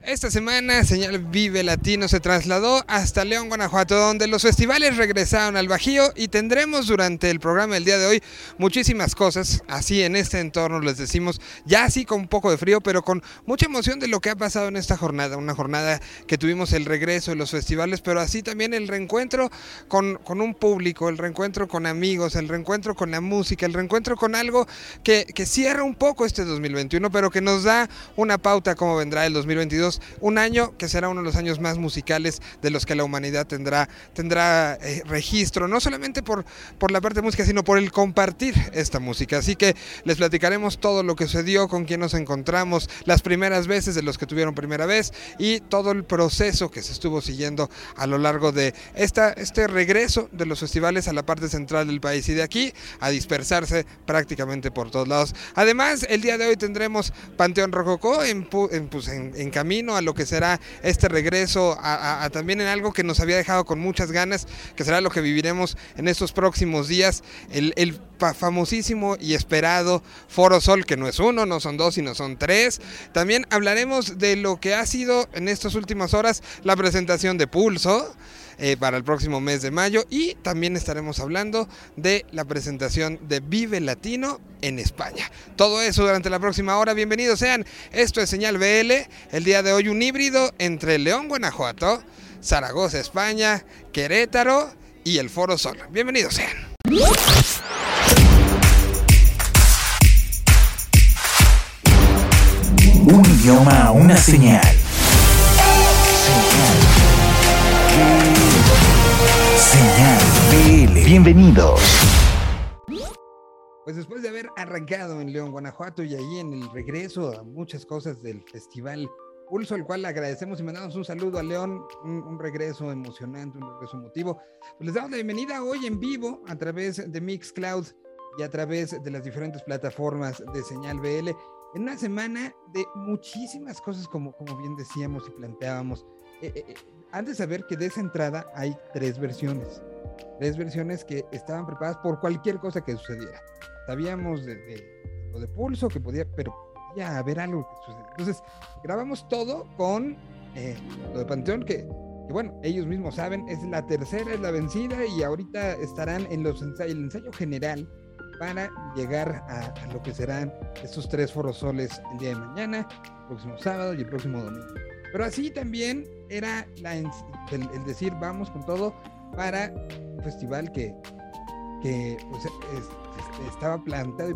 Esta semana, Señal Vive Latino se trasladó hasta León, Guanajuato, donde los festivales regresaron al Bajío y tendremos durante el programa del día de hoy muchísimas cosas, así en este entorno les decimos, ya así con un poco de frío, pero con mucha emoción de lo que ha pasado en esta jornada, una jornada que tuvimos el regreso de los festivales, pero así también el reencuentro con un público, el reencuentro con amigos, el reencuentro con la música, el reencuentro con algo que cierra un poco este 2021, pero que nos da una pauta cómo vendrá el 2022. Un año que será uno de los años más musicales de los que la humanidad tendrá registro, no solamente por la parte de música, sino por el compartir esta música. Así que les platicaremos todo lo que sucedió, con quién nos encontramos, las primeras veces de los que tuvieron primera vez y todo el proceso que se estuvo siguiendo a lo largo de este regreso de los festivales a la parte central del país y de aquí a dispersarse prácticamente por todos lados. Además, el día de hoy tendremos Panteón Rococó en camino a lo que será este regreso a también en algo que nos había dejado con muchas ganas, que será lo que viviremos en estos próximos días, el famosísimo y esperado Foro Sol, que no es uno, no son dos, sino son tres. También hablaremos de lo que ha sido en estas últimas horas la presentación de Pulso para el próximo mes de mayo, y también estaremos hablando de la presentación de Vive Latino en España. Todo eso durante la próxima hora. Bienvenidos sean. Esto es Señal BL. El día de hoy un híbrido entre León, Guanajuato, Zaragoza, España, Querétaro y el Foro Sol. Bienvenidos sean. Un idioma, una señal. Señal BL. Bienvenidos. Pues después de haber arrancado en León, Guanajuato, y ahí en el regreso a muchas cosas del festival Pulso, el cual agradecemos y mandamos un saludo a León, un regreso emocionante, un regreso emotivo. Pues les damos la bienvenida hoy en vivo a través de Mixcloud y a través de las diferentes plataformas de Señal BL, en una semana de muchísimas cosas, como bien decíamos y planteábamos. Antes de saber que de esa entrada hay tres versiones que estaban preparadas por cualquier cosa que sucediera. Sabíamos de lo de Pulso, que podía haber algo que sucediera. Entonces, grabamos todo con lo de Panteón, que bueno, ellos mismos saben, es la tercera, es la vencida, y ahorita estarán en el ensayo general para llegar a lo que serán estos tres forosoles el día de mañana, el próximo sábado y el próximo domingo. Pero así también era el decir vamos con todo para un festival que pues, estaba plantado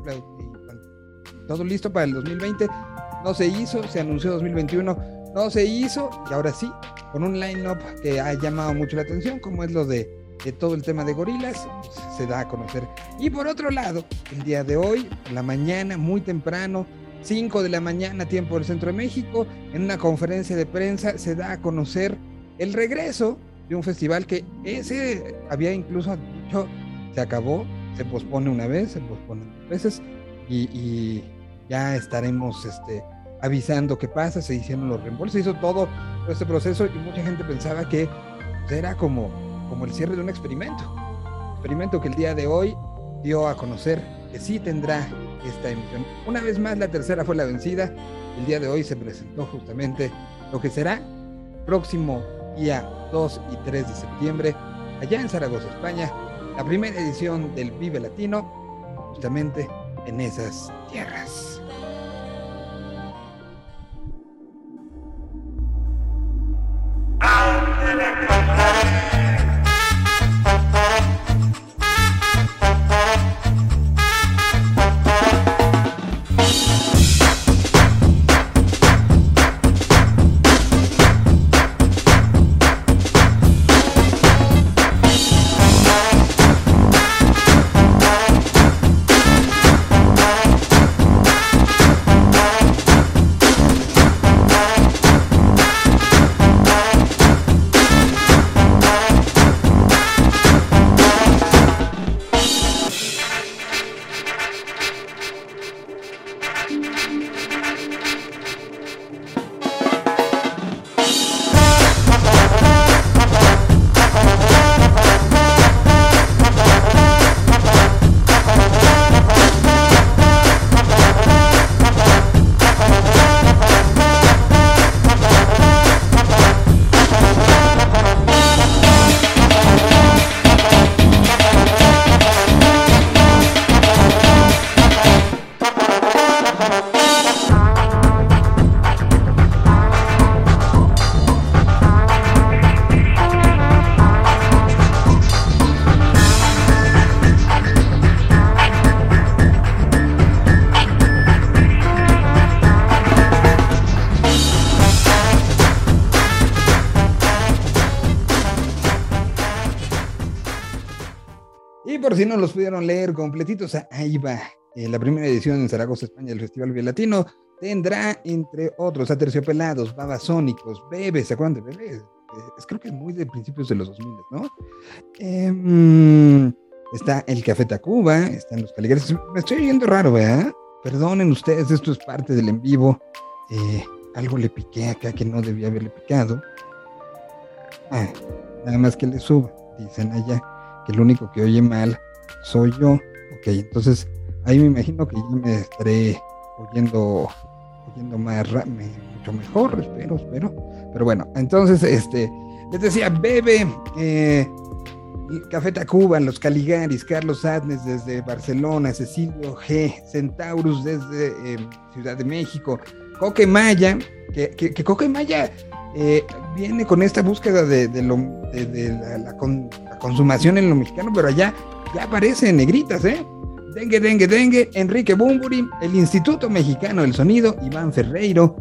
y todo listo para el 2020. No se hizo, se anunció 2021, no se hizo, y ahora sí, con un line-up que ha llamado mucho la atención, como es lo de todo el tema de Gorillaz, pues, se da a conocer. Y por otro lado, el día de hoy, en la mañana, muy temprano, 5 de la mañana, tiempo del Centro de México, en una conferencia de prensa se da a conocer el regreso de un festival que ese había incluso dicho se acabó, se pospone una vez, se pospone dos veces, y ya estaremos avisando qué pasa. Se hicieron los reembolsos, se hizo todo este proceso, y mucha gente pensaba que pues, era como el cierre de un experimento que el día de hoy dio a conocer que sí tendrá esta emisión. Una vez más, la tercera fue la vencida. El día de hoy se presentó justamente lo que será próximo día 2 y 3 de septiembre, allá en Zaragoza, España, la primera edición del Vive Latino, justamente en esas tierras. Y por si no los pudieron leer completitos, ahí va. La primera edición en Zaragoza, España, del Festival Vive Latino tendrá, entre otros, Aterciopelados, Babasónicos, Bebe, ¿se acuerdan de Bebe? Creo que es muy de principios de los 2000, ¿no? Está el Café Tacuba, están los Caligaris. Me estoy oyendo raro, ¿verdad? Perdonen ustedes, esto es parte del en vivo. Algo le piqué acá que no debía haberle picado. Nada más que le suba, dicen allá, que el único que oye mal soy yo. Ok, entonces ahí me imagino que ya me estaré oyendo más mucho mejor, espero. Pero bueno, entonces les decía, Bebe, Café Tacuba, los Caligaris, Carlos Adnes desde Barcelona, Cecilio G, Centaurus desde Ciudad de México, Coque Maya, que Coque Maya viene con esta búsqueda de la consumación en lo mexicano, pero allá ya aparece en negritas, Dengue, Enrique Bunbury, el Instituto Mexicano del Sonido, Iván Ferreiro,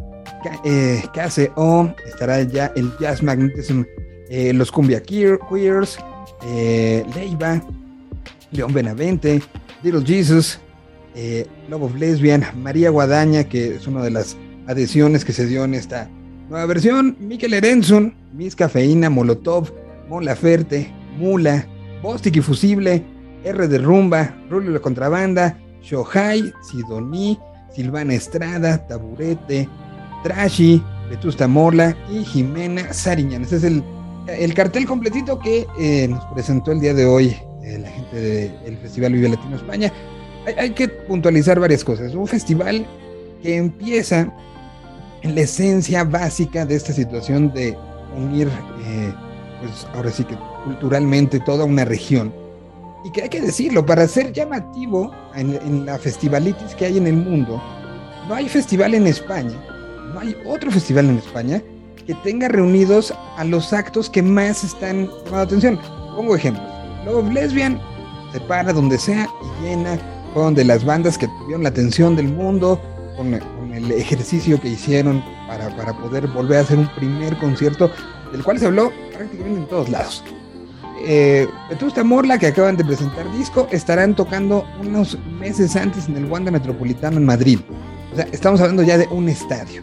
KCO, estará ya el Jazz Magnetism, los Cumbia Queers, Leiva, León Benavente, Little Jesus, Love of Lesbian, María Guadaña, que es una de las adhesiones que se dio en esta nueva versión, Mikel Erenzun, Miss Cafeína, Molotov, Mon Laferte, Mula, Bostic y Fusible, R de Rumba, Rulio la Contrabanda, Shohai, Sidoní, Silvana Estrada, Taburete, Trashy, Vetusta Morla y Jimena Sariñán. Ese es el cartel completito que nos presentó el día de hoy la gente del Festival Vive Latino España. Hay que puntualizar varias cosas. Un festival que empieza en la esencia básica de esta situación de unir, pues ahora sí que culturalmente toda una región. Y que hay que decirlo, para ser llamativo en la festivalitis que hay en el mundo, no hay festival en España, no hay otro festival en España que tenga reunidos a los actos que más están llamando atención. Pongo ejemplos. Love Lesbian se para donde sea y llena, fueron de las bandas que tuvieron la atención del mundo con el ejercicio que hicieron para poder volver a hacer un primer concierto, del cual se habló prácticamente en todos lados. Vetusta Morla, que acaban de presentar disco, estarán tocando unos meses antes en el Wanda Metropolitano en Madrid. O sea, estamos hablando ya de un estadio.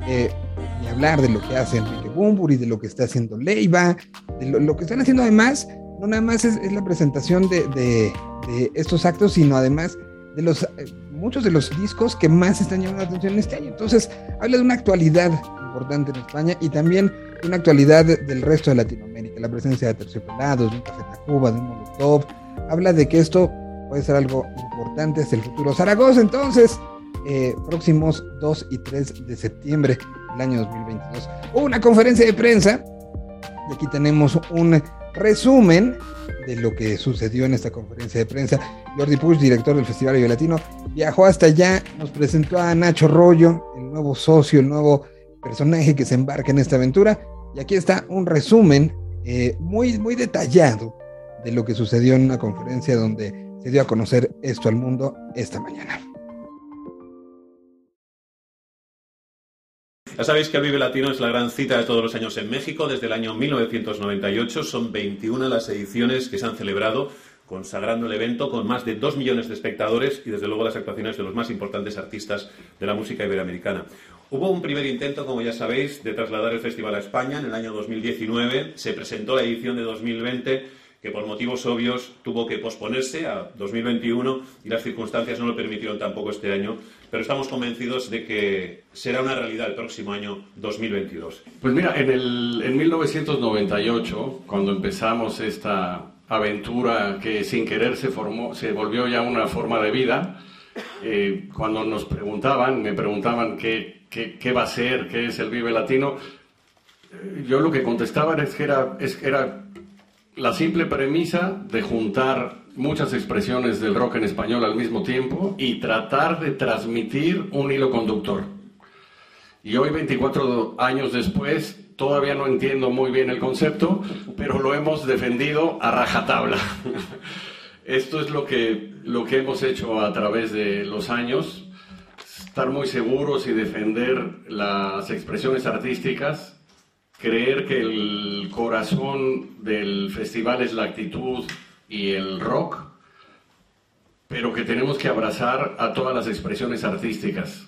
Ni hablar de lo que hace Enrique Bunbury, de lo que está haciendo Leiva, de lo que están haciendo además. No nada más es la presentación de estos actos, sino además de muchos de los discos que más están llamando la atención en este año. Entonces, habla de una actualidad importante en España y también de una actualidad del resto de Latinoamérica. La presencia de Aterciopelados, de un Café Tacuba, de un Molotov, habla de que esto puede ser algo importante hacia el futuro. Zaragoza, entonces, próximos 2 y 3 de septiembre del año 2022. Una conferencia de prensa, y aquí tenemos un resumen de lo que sucedió en esta conferencia de prensa. Jordi Puig, director del Festival Vive Latino, viajó hasta allá, nos presentó a Nacho Rollo, el nuevo socio, el nuevo personaje que se embarca en esta aventura, y aquí está un resumen muy, muy detallado de lo que sucedió en una conferencia donde se dio a conocer esto al mundo esta mañana. Ya sabéis que el Vive Latino es la gran cita de todos los años en México. Desde el año 1998 son 21 las ediciones que se han celebrado, consagrando el evento con más de 2 millones de espectadores y desde luego las actuaciones de los más importantes artistas de la música iberoamericana. Hubo un primer intento, como ya sabéis, de trasladar el festival a España en el año 2019. Se presentó la edición de 2020, que por motivos obvios tuvo que posponerse a 2021 y las circunstancias no lo permitieron tampoco este año, pero estamos convencidos de que será una realidad el próximo año 2022. Pues mira, en 1998, cuando empezamos esta aventura que sin querer se volvió ya una forma de vida, cuando me preguntaban qué va a ser, qué es el Vive Latino, yo lo que contestaba es que era la simple premisa de juntar muchas expresiones del rock en español al mismo tiempo y tratar de transmitir un hilo conductor. Y hoy, 24 años después, todavía no entiendo muy bien el concepto, pero lo hemos defendido a rajatabla. Esto es lo que hemos hecho a través de los años, estar muy seguros y defender las expresiones artísticas, creer que el corazón del festival es la actitud y el rock, pero que tenemos que abrazar a todas las expresiones artísticas.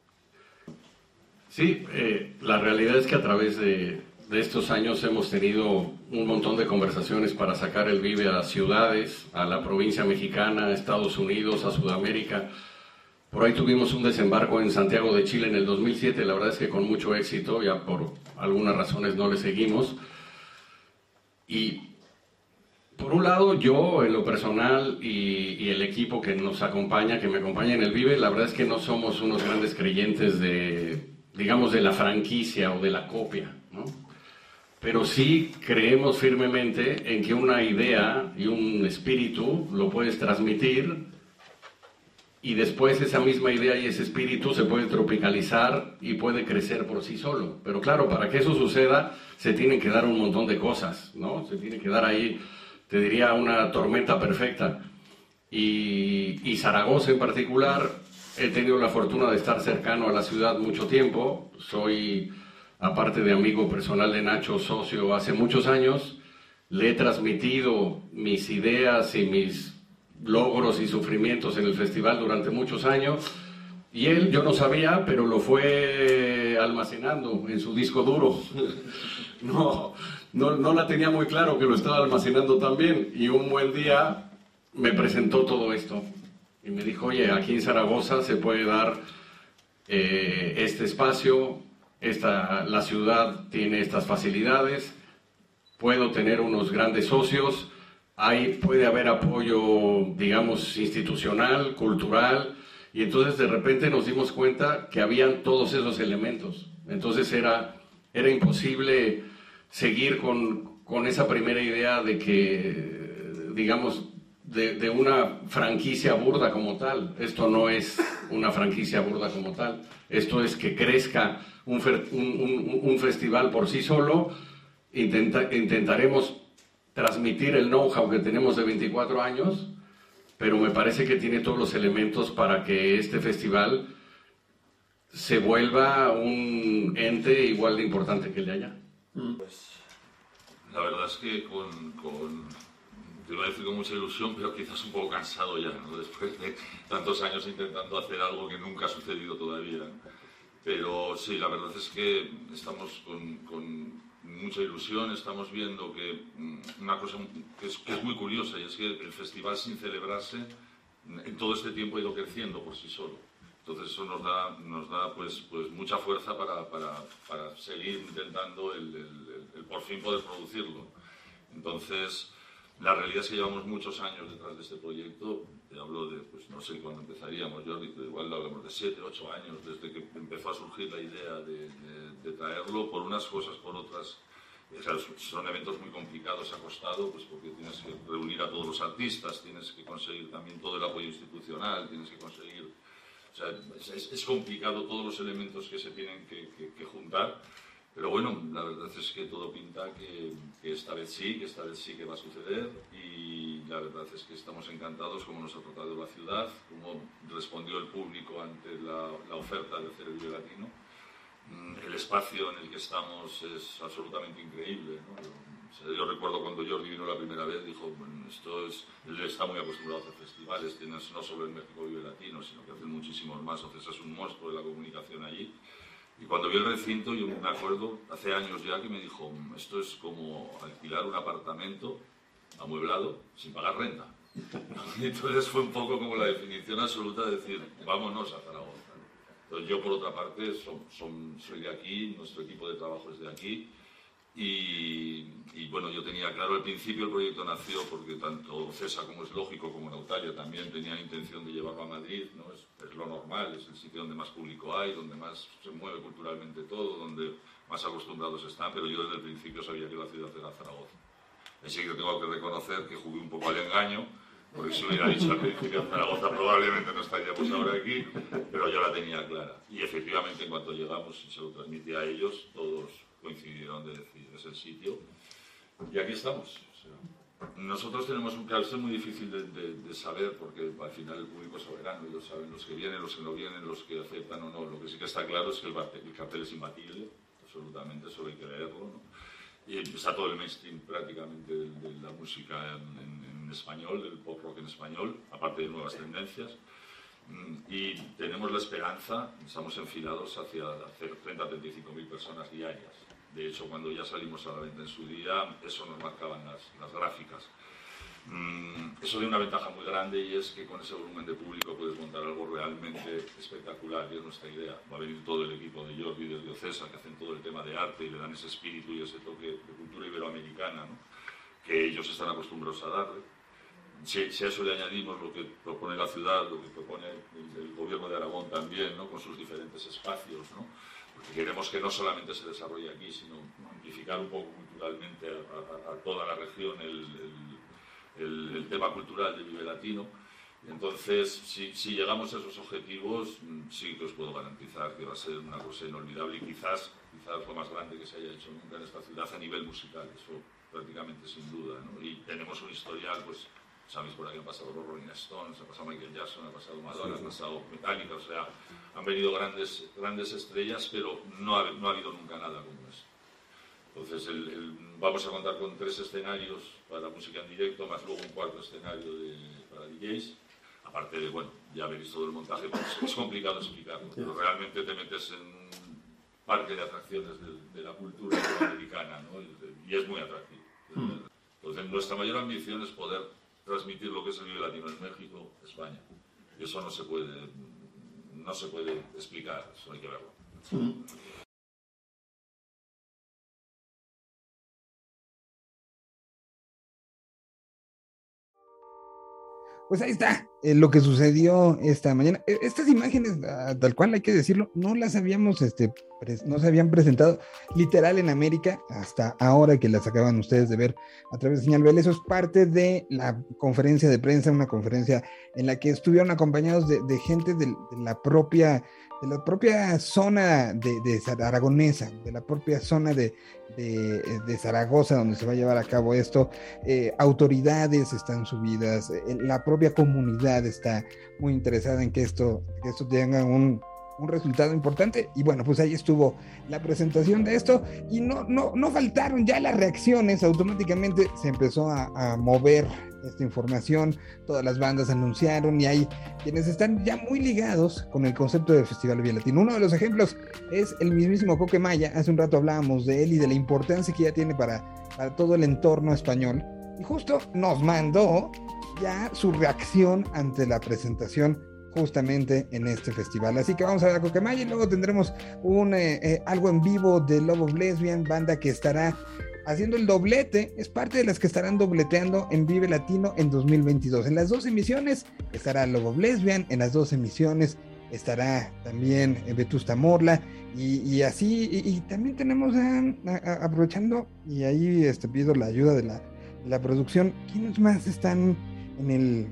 Sí, la realidad es que a través de estos años hemos tenido un montón de conversaciones para sacar el Vive a ciudades, a la provincia mexicana, a Estados Unidos, a Sudamérica. Por ahí tuvimos un desembarco en Santiago de Chile en el 2007, la verdad es que con mucho éxito, ya por algunas razones no le seguimos. Y por un lado, yo en lo personal y el equipo que nos acompaña, que me acompaña en el Vive, la verdad es que no somos unos grandes creyentes de, digamos, de la franquicia o de la copia, ¿no? Pero sí creemos firmemente en que una idea y un espíritu lo puedes transmitir y después esa misma idea y ese espíritu se puede tropicalizar y puede crecer por sí solo. Pero claro, para que eso suceda se tienen que dar un montón de cosas, ¿no? Se tiene que dar ahí, te diría, una tormenta perfecta. Y Zaragoza en particular, he tenido la fortuna de estar cercano a la ciudad mucho tiempo. Soy, aparte de amigo personal de Nacho, socio hace muchos años. Le he transmitido mis ideas y mis logros y sufrimientos en el festival durante muchos años. Y él, yo no sabía, pero lo fue almacenando en su disco duro. No la tenía muy claro que lo estaba almacenando también. Y un buen día me presentó todo esto. Y me dijo, oye, aquí en Zaragoza se puede dar este espacio, la ciudad tiene estas facilidades, puedo tener unos grandes socios, ahí puede haber apoyo, digamos, institucional, cultural, y entonces de repente nos dimos cuenta que habían todos esos elementos. Entonces era imposible seguir con esa primera idea de que, digamos, de una franquicia burda como tal. Esto no es una franquicia burda como tal. Esto es que crezca un festival por sí solo. Intentaremos transmitir el know-how que tenemos de 24 años, pero me parece que tiene todos los elementos para que este festival se vuelva un ente igual de importante que el de allá. Pues, la verdad es que te iba a decir con mucha ilusión, pero quizás un poco cansado ya, ¿no? Después de tantos años intentando hacer algo que nunca ha sucedido todavía. Pero sí, la verdad es que estamos con mucha ilusión, estamos viendo que una cosa que es muy curiosa, y es que el festival, sin celebrarse, en todo este tiempo ha ido creciendo por sí solo. Entonces eso nos da pues mucha fuerza para seguir intentando el por fin poder producirlo. Entonces, la realidad es que llevamos muchos años detrás de este proyecto. Te hablo de, pues no sé cuándo empezaríamos, Jordi, pero igual hablamos de 7, 8 años, desde que empezó a surgir la idea de traerlo, por unas cosas, por otras. O sea, son eventos muy complicados, ha costado, pues porque tienes que reunir a todos los artistas, tienes que conseguir también todo el apoyo institucional, tienes que conseguir... O sea, es complicado todos los elementos que se tienen que juntar. Pero bueno, la verdad es que todo pinta que esta vez sí que va a suceder, y la verdad es que estamos encantados cómo nos ha tratado la ciudad, cómo respondió el público ante la oferta de hacer el Vive Latino. El espacio en el que estamos es absolutamente increíble, ¿no? O sea, yo recuerdo cuando Jordi vino la primera vez, dijo, bueno, él está muy acostumbrado a hacer festivales, tienes no solo el México Vive Latino, sino que hacen muchísimos más, o sea, es un monstruo de la comunicación allí. Y cuando vi el recinto, yo me acuerdo, hace años ya, que me dijo, esto es como alquilar un apartamento amueblado sin pagar renta. Y entonces fue un poco como la definición absoluta de decir, vámonos a Zaragoza. Entonces yo, por otra parte, soy de aquí, nuestro equipo de trabajo es de aquí, y bueno, yo tenía claro al principio, el proyecto nació porque tanto CESA, como es lógico, como Nautalia también tenían intención de llevarlo a Madrid, ¿no? Es lo normal, es el sitio donde más público hay, donde más se mueve culturalmente todo, donde más acostumbrados están, pero yo desde el principio sabía que la ciudad era Zaragoza. Así que tengo que reconocer que jugué un poco al engaño, Porque si hubiera dicho al principio en Zaragoza probablemente no estaríamos ahora aquí, pero yo la tenía clara. Y efectivamente en cuanto llegamos y se lo transmití a ellos, todos coincidieron de decir, es el sitio. Y aquí estamos. O sea, nosotros tenemos un cartel muy difícil de saber, porque al final el público es soberano, ellos saben los que vienen, los que no vienen, los que aceptan o no. Lo que sí que está claro es que el cartel es imbatible, absolutamente, eso hay que leerlo, ¿no? Y está todo el mainstream prácticamente de la música en español, del pop rock en español, aparte de nuevas tendencias. Y tenemos la esperanza, estamos enfilados hacia hacer 30 a 35 mil personas diarias. De hecho, cuando ya salimos a la venta en su día, eso nos marcaban las gráficas. Eso tiene una ventaja muy grande y es que con ese volumen de público puedes montar algo realmente espectacular, y es nuestra idea. Va a venir todo el equipo de Jordi y de Diocesa, que hacen todo el tema de arte y le dan ese espíritu y ese toque de cultura iberoamericana, ¿no?, que ellos están acostumbrados a darle. Si a eso le añadimos lo que propone la ciudad, lo que propone el gobierno de Aragón también, ¿no?, con sus diferentes espacios, ¿no?, porque queremos que no solamente se desarrolle aquí, sino amplificar un poco culturalmente a toda la región el tema cultural de Vive Latino. Entonces, si llegamos a esos objetivos, sí que os puedo garantizar que va a ser una cosa inolvidable y quizás lo más grande que se haya hecho nunca en esta ciudad a nivel musical, eso prácticamente sin duda, ¿no? Y tenemos un historial, pues, sabéis, por aquí han pasado los Rolling Stones, ha pasado Michael Jackson, ha pasado Madonna, ha pasado Metallica, o sea, han venido grandes estrellas, pero no ha habido nunca nada como eso. Entonces, vamos a contar con 3 escenarios para música en directo, más luego un 4º escenario para DJs. Aparte de, bueno, ya veréis todo el montaje, pues es complicado explicarlo, pero realmente te metes en un parque de atracciones de la cultura americana, ¿no? Y es muy atractivo. Entonces, nuestra mayor ambición es poder transmitir lo que es el Vive Latino en México, España. Y eso no se puede explicar, eso hay que verlo. Pues ahí está lo que sucedió esta mañana. Estas imágenes, tal cual hay que decirlo, no las habíamos, no se habían presentado literal en América hasta ahora que las acaban ustedes de ver a través de Señal BL. Eso es parte de la conferencia de prensa, una conferencia en la que estuvieron acompañados de gente de la propia zona de aragonesa, de la propia zona de Zaragoza, donde se va a llevar a cabo esto. Autoridades están subidas, la propia comunidad está muy interesada en que esto tenga un resultado importante, y bueno, pues ahí estuvo la presentación de esto, y no faltaron ya las reacciones. Automáticamente se empezó a mover esta información, todas las bandas anunciaron, y hay quienes están ya muy ligados con el concepto del Festival Vive Latino. Uno de los ejemplos es el mismísimo Coque Maya. Hace un rato hablábamos de él y de la importancia que ya tiene para todo el entorno español, y justo nos mandó ya su reacción ante la presentación justamente en este festival. Así que vamos a ver a Coque Maya, y luego tendremos algo en vivo de Love of Lesbian, banda que estará haciendo el doblete, es parte de las que estarán dobleteando en Vive Latino en 2022. En las 2 emisiones estará Love of Lesbian, en las 2 emisiones estará también Vetusta Morla, y así, y también tenemos, aprovechando, y ahí pido la ayuda de la producción, ¿quiénes más están en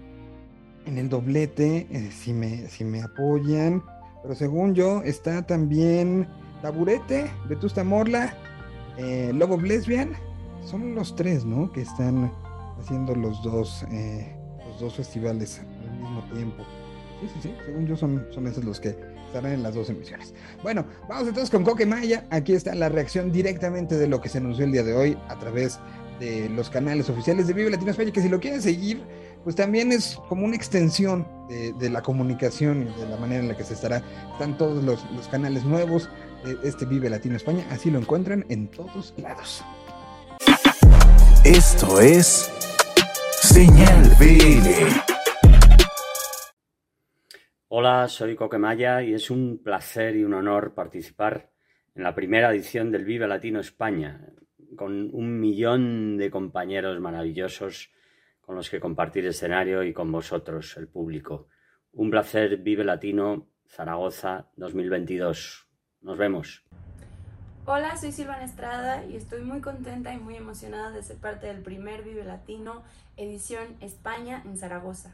el doblete? Si me apoyan, pero según yo está también Taburete, Vetusta Morla, Love of Lesbian. Son los 3, ¿no?, que están haciendo los dos festivales al mismo tiempo. Sí, según yo son esos los que estarán en las 2 emisiones. Bueno, vamos entonces con Coque Maya. Aquí está la reacción directamente de lo que se anunció el día de hoy a través de los canales oficiales de Vive Latino España, que si lo quieren seguir, pues también es como una extensión de la comunicación y de la manera en la que están todos los canales nuevos de este Vive Latino España. Así lo encuentran en todos lados. Esto es Señal BL. Hola, soy Coque Maya y es un placer y un honor participar en la primera edición del Vive Latino España, con 1 millón de compañeros maravillosos con los que compartir escenario y con vosotros, el público. Un placer. Vive Latino Zaragoza 2022. Nos vemos. Hola, soy Silvana Estrada y estoy muy contenta y muy emocionada de ser parte del primer Vive Latino, edición España en Zaragoza.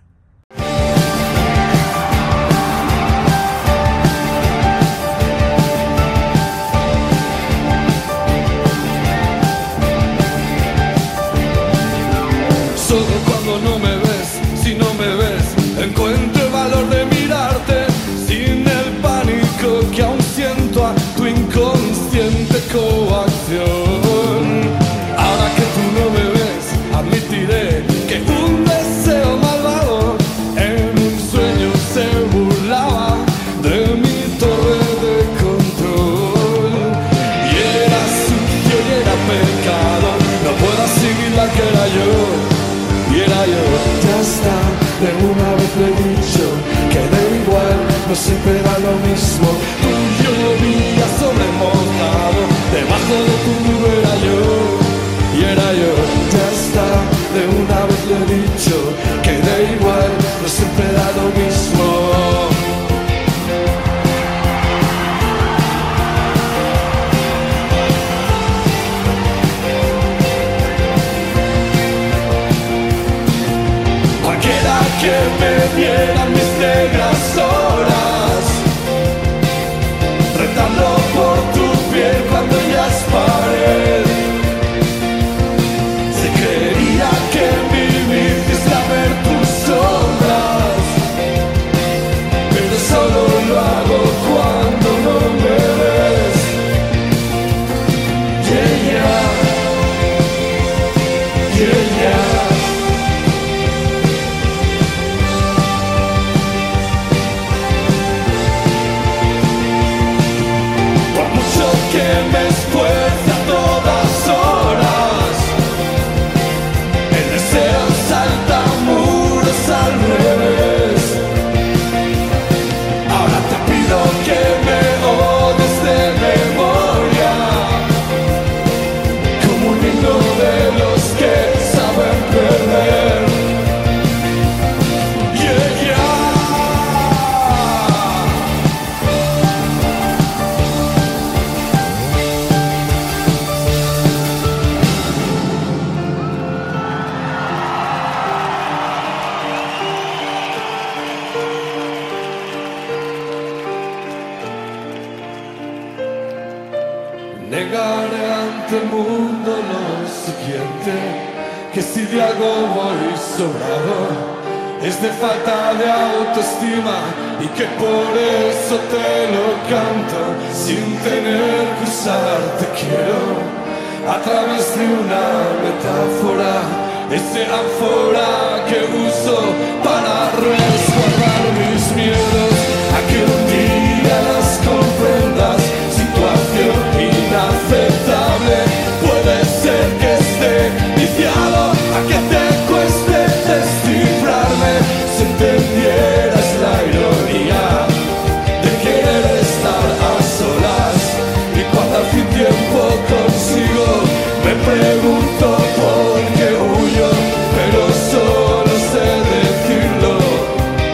Solo cuando no me ves, si no me ves, encuentro el valor de mirarte sin el pánico que aún siento a tu inconsciente coacción. Ahora que tú no me ves, admitiré que un deseo malvado en un sueño se burlaba de mi torre de control. Y era sucio y era pecado, no puedo seguir la que era yo. Y era yo, ya está, de una vez le he dicho que da igual, no siempre da lo mismo. Tú llovía sobre mojado, debajo de tu nube era yo. Y era yo, ya está, de una vez le he dicho que da igual, no siempre da lo mismo. Que me dieran mis negras horas, retando por tu piel cuando ya es pared. Se creería que vivir es ver tus sombras, pero solo lo hago cuando no me ves. Yeah, yeah, yeah, yeah. Que me esfuerce a todas horas, el deseo salta muros al revés. Ahora te pido que me odies de memoria, como un himno de los que saben perder. Yeah, yeah. Negaré ante el mundo lo siguiente, que si de algo voy sobrado es de falta de autoestima, y que por eso te lo canto sin tener que usar te quiero a través de una metáfora, ese ánfora que uso para resguardar mis miedos a que un día las comprendas. Situación inaceptable, puede ser que esté viciado a que te cueste descifrarme. Si entendieras la ironía de querer estar a solas, y cuando al fin tiempo consigo, me pregunto por qué huyo, pero solo sé decirlo.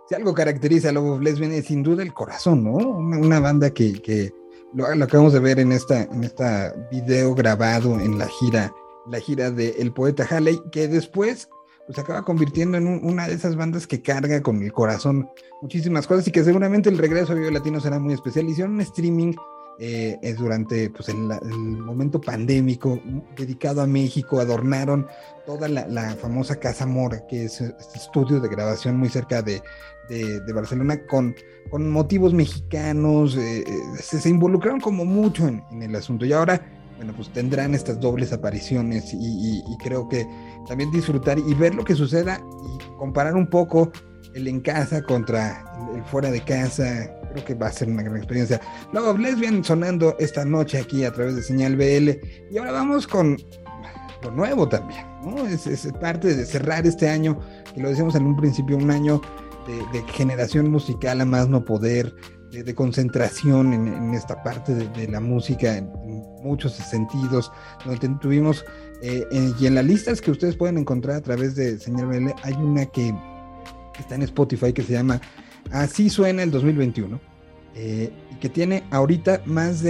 Si algo caracteriza a Love of Lesbian es sin duda el corazón, ¿no? Una banda que lo acabamos de ver en esta video grabado en la gira de El Poeta Halley, que después pues se acaba convirtiendo en una de esas bandas que carga con el corazón muchísimas cosas y que seguramente el regreso a Vive Latino será muy especial. Hicieron un streaming durante pues, el momento pandémico dedicado a México, adornaron toda la famosa Casa Mora, que es este estudio de grabación muy cerca de Barcelona, con motivos mexicanos, se involucraron como mucho en el asunto, y ahora, bueno, pues tendrán estas dobles apariciones y creo que también disfrutar y ver lo que suceda y comparar un poco el en casa contra el fuera de casa. Creo que va a ser una gran experiencia. Love of Lesbian sonando esta noche aquí a través de Señal BL. Y ahora vamos con lo nuevo también, ¿no? Es parte de cerrar este año, que lo decíamos en un principio, un año de generación musical a más no poder, de concentración en esta parte de la música en muchos sentidos, donde tuvimos, y en las listas que ustedes pueden encontrar a través de Señal BL, hay una que está en Spotify que se llama Así Suena el 2021, y que tiene ahorita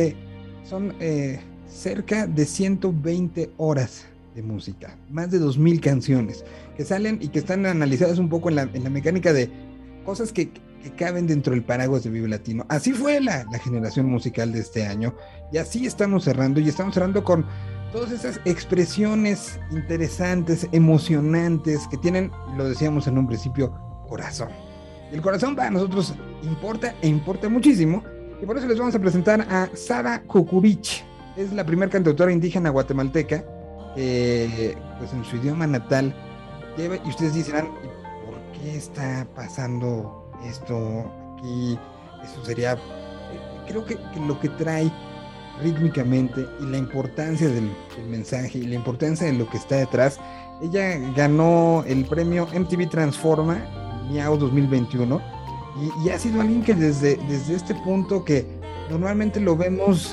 cerca de 120 horas de música, más de 2000 canciones que salen y que están analizadas un poco en la mecánica de cosas que caben dentro del paraguas de Vive Latino. Así fue la generación musical de este año, y así estamos cerrando, y estamos cerrando con todas esas expresiones interesantes, emocionantes, que tienen, lo decíamos en un principio, corazón. Y el corazón para nosotros importa muchísimo, y por eso les vamos a presentar a Sara Cucurich. Es la primera cantautora indígena guatemalteca, pues en su idioma natal lleva, y ustedes dirán, ¿por qué está pasando esto aquí? Eso sería, creo que lo que trae rítmicamente y la importancia del mensaje y la importancia de lo que está detrás. Ella ganó el premio MTV Transforma Miau 2021 y ha sido alguien que desde este punto, que normalmente lo vemos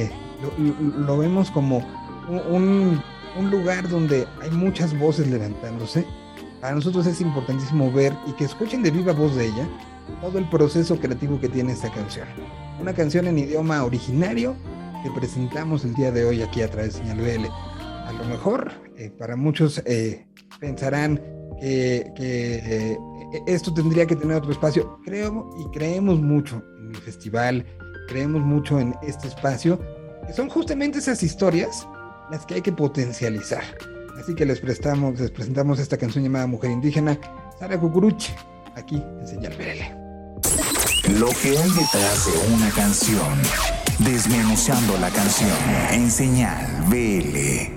como un lugar donde hay muchas voces levantándose. Para nosotros es importantísimo ver y que escuchen de viva voz de ella todo el proceso creativo que tiene esta canción. Una canción en idioma originario que presentamos el día de hoy aquí a través de Señal BL. A lo mejor para muchos pensarán que esto tendría que tener otro espacio. Creemos mucho en el festival, creemos mucho en este espacio, que son justamente esas historias las que hay que potencializar. Así que les presentamos esta canción llamada Mujer Indígena, Sara Cucuruch, aquí en Señal BL. Lo que hay detrás de una canción, desmenuzando la canción en Señal BL.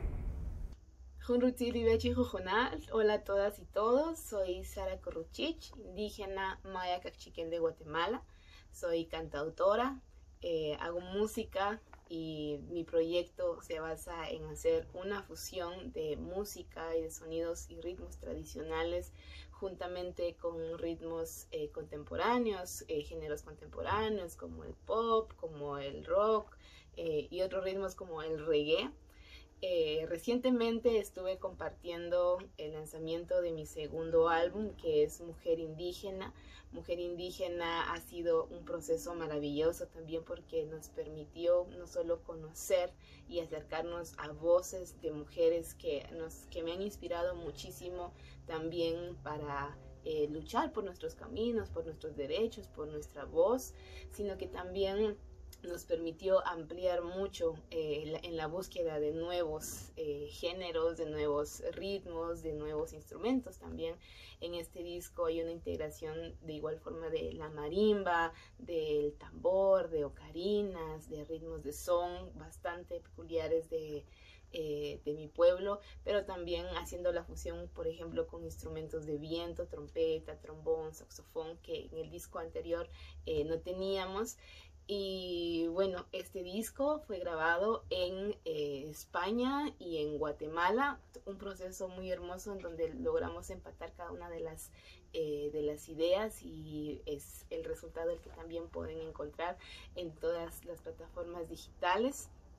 Hola a todas y todos, soy Sara Cucuruch, indígena maya cachiquén de Guatemala. Soy cantautora, hago música, y mi proyecto se basa en hacer una fusión de música y de sonidos y ritmos tradicionales juntamente con ritmos contemporáneos, géneros contemporáneos como el pop, como el rock y otros ritmos como el reggae. Recientemente estuve compartiendo el lanzamiento de mi segundo álbum, que es Mujer Indígena. Mujer Indígena ha sido un proceso maravilloso también, porque nos permitió no solo conocer y acercarnos a voces de mujeres que me han inspirado muchísimo también para luchar por nuestros caminos, por nuestros derechos, por nuestra voz, sino que también nos permitió ampliar mucho en la búsqueda de nuevos géneros, de nuevos ritmos, de nuevos instrumentos. También en este disco hay una integración de igual forma de la marimba, del tambor, de ocarinas, de ritmos de son bastante peculiares de mi pueblo, pero también haciendo la fusión, por ejemplo, con instrumentos de viento, trompeta, trombón, saxofón, que en el disco anterior no teníamos. Y bueno, este disco fue grabado en España y en Guatemala, un proceso muy hermoso en donde logramos empatar cada una de las ideas, y es el resultado el que también pueden encontrar en todas las plataformas digitales.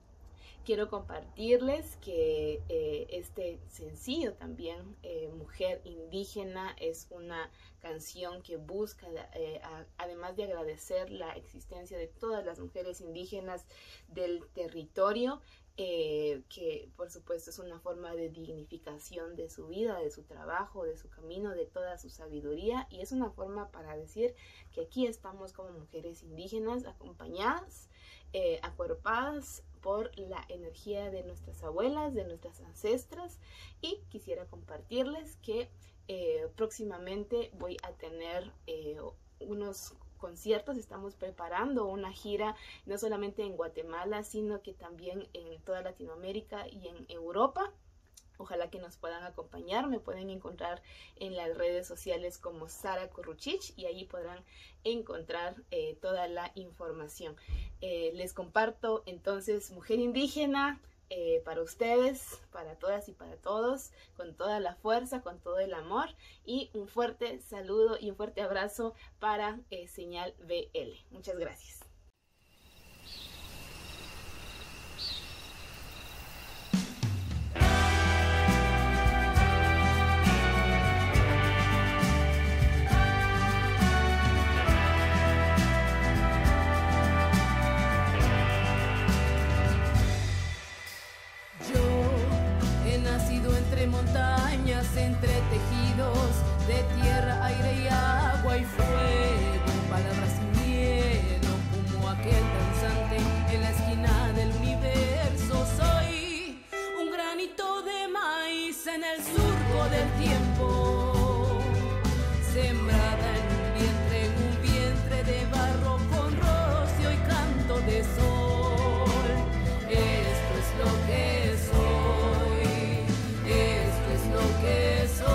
quiero compartirles que este sencillo también, Mujer Indígena, es una canción que busca, además de agradecer la existencia de todas las mujeres indígenas del territorio, que por supuesto es una forma de dignificación de su vida, de su trabajo, de su camino, de toda su sabiduría, y es una forma para decir que aquí estamos como mujeres indígenas acompañadas, acuerpadas por la energía de nuestras abuelas, de nuestras ancestras. Y quisiera compartirles que próximamente voy a tener unos conciertos. Estamos preparando una gira no solamente en Guatemala, sino que también en toda Latinoamérica y en Europa. Ojalá que nos puedan acompañar. Me pueden encontrar en las redes sociales como Sara Curruchich y ahí podrán encontrar toda la información. Les comparto entonces Mujer Indígena para ustedes, para todas y para todos, con toda la fuerza, con todo el amor, y un fuerte saludo y un fuerte abrazo para Señal BL. Muchas gracias. Montañas, entre tejidos de tierra, aire y agua y fuego, palabras sin miedo, como aquel danzante en la esquina del universo. Soy un granito de maíz en el surco del tiempo, sembrada en un vientre de barro con rocío y canto de sol. Esto es lo que soy. Que soy,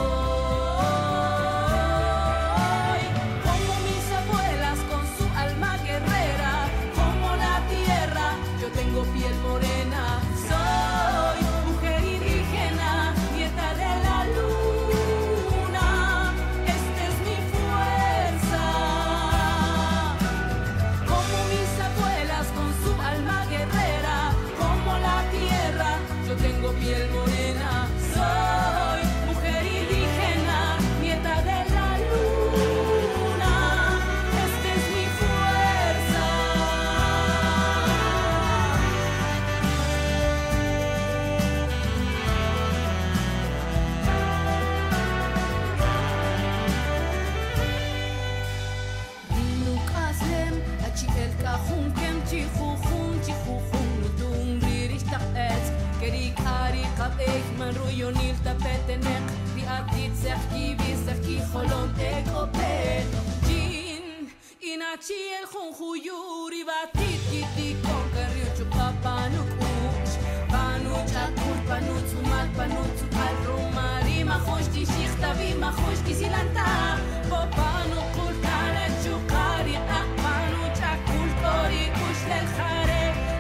como mis abuelas con su alma guerrera, como la tierra, yo tengo piel morena, soy mujer indígena, nieta de la luna, esta es mi fuerza, como mis abuelas con su alma guerrera, como la tierra, yo tengo piel morena, soy man ruionil tapetenek di atit serki biserki xolom ekopet jin inachi el junjuyuri batit kiti konkarriu chupapanuk uch panuch akul panuch sumat panuch al rumari majosh ti shikhtavi majosh ki silanta popanu kultana chukari panuch akul tori kush lel khare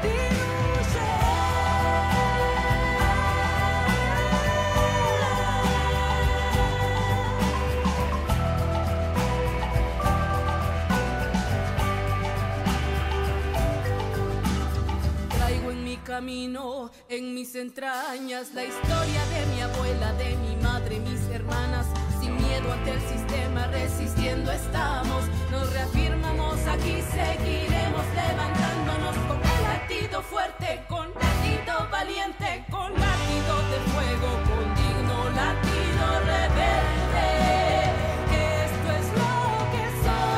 camino en mis entrañas la historia de mi abuela, de mi madre, mis hermanas. Sin miedo ante el sistema, resistiendo estamos. Nos reafirmamos, aquí seguiremos levantándonos con un latido fuerte, con latido valiente, con latido de fuego, con digno latido rebelde. Esto es lo que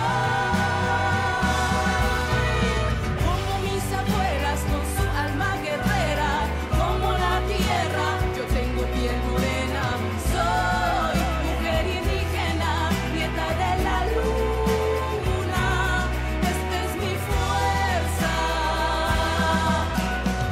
soy. Como mis abuelas con su alma guerrera, como la tierra, yo tengo piel morena. Soy mujer indígena, nieta de la luna. Esta es mi fuerza.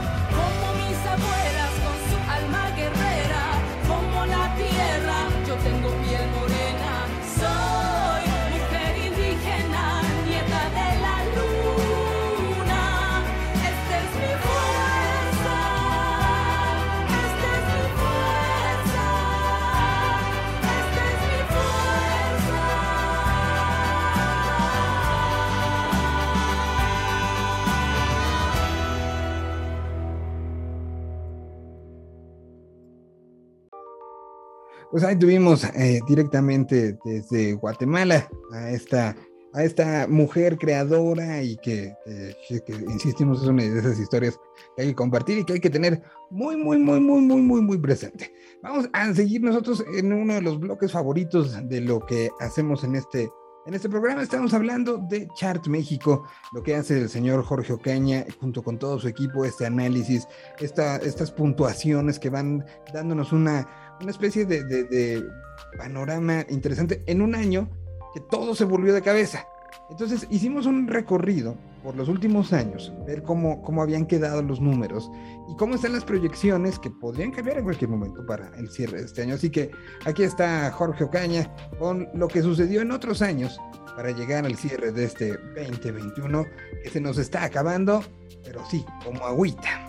Pues ahí tuvimos directamente desde Guatemala a esta mujer creadora y que insistimos, es una de esas historias que hay que compartir y que hay que tener muy presente. Vamos a seguir nosotros en uno de los bloques favoritos de lo que hacemos en este programa. Estamos hablando de Chart México, lo que hace el señor Jorge Ocaña junto con todo su equipo, este análisis, estas puntuaciones que van dándonos una especie de panorama interesante en un año que todo se volvió de cabeza. Entonces hicimos un recorrido por los últimos años, ver cómo habían quedado los números y cómo están las proyecciones que podrían cambiar en cualquier momento para el cierre de este año. Así que aquí está Jorge Ocaña con lo que sucedió en otros años para llegar al cierre de este 2021 que se nos está acabando, pero sí, como agüita.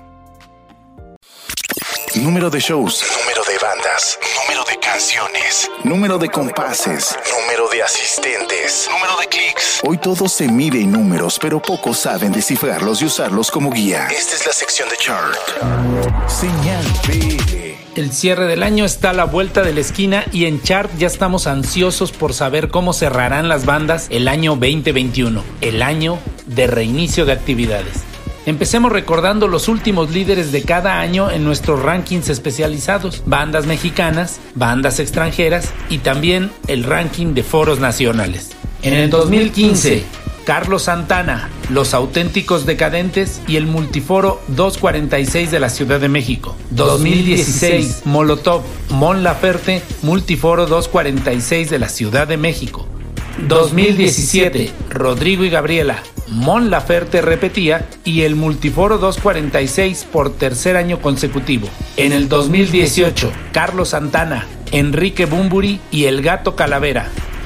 Número de shows, número de bandas, número de canciones, número de compases, número de asistentes, número de clics. Hoy todo se mide en números, pero pocos saben descifrarlos y usarlos como guía. Esta es la sección de Chart. Señal BL. El cierre del año está a la vuelta de la esquina y en Chart ya estamos ansiosos por saber cómo cerrarán las bandas el año 2021, el año de reinicio de actividades. Empecemos recordando los últimos líderes de cada año en nuestros rankings especializados, bandas mexicanas, bandas extranjeras y también el ranking de foros nacionales. En el 2015, Carlos Santana, Los Auténticos Decadentes y el Multiforo 246 de la Ciudad de México. 2016, Molotov, Mon Laferte, Multiforo 246 de la Ciudad de México. 2017, Rodrigo y Gabriela, Mon Laferte repetía y el Multiforo 246 por tercer año consecutivo. En el 2018, Carlos Santana, Enrique Bunbury y El Gato Calavera.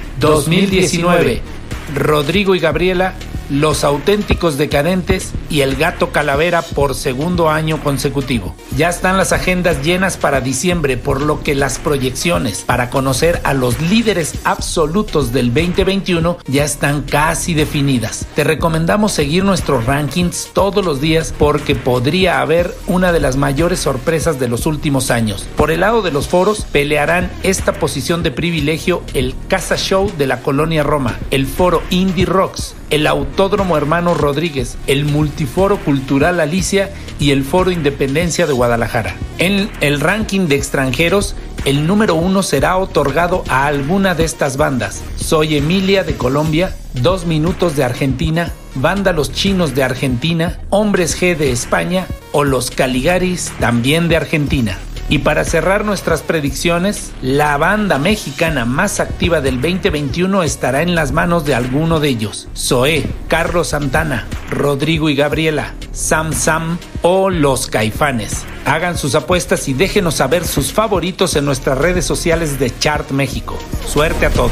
2019, Rodrigo y Gabriela, Los Auténticos Decadentes y El Gato Calavera por segundo año consecutivo. Ya están las agendas llenas para diciembre, por lo que las proyecciones para conocer a los líderes absolutos del 2021 ya están casi definidas. Te recomendamos seguir nuestros rankings todos los días porque podría haber una de las mayores sorpresas de los últimos años. Por el lado de los foros, pelearán esta posición de privilegio el Casa Show de la Colonia Roma, el Foro Indie Rocks, el Autódromo Hermanos Rodríguez, el Multiforo Cultural Alicia y el Foro Independencia de Guadalajara. En el ranking de extranjeros, el número 1 será otorgado a alguna de estas bandas: Soy Emilia de Colombia, 2 Minutos de Argentina, Banda Los Chinos de Argentina, Hombres G de España o Los Caligaris también de Argentina. Y para cerrar nuestras predicciones, la banda mexicana más activa del 2021 estará en las manos de alguno de ellos: Zoé, Carlos Santana, Rodrigo y Gabriela, Sam Sam o Los Caifanes. Hagan sus apuestas y déjenos saber sus favoritos en nuestras redes sociales de Chart México. Suerte a todos.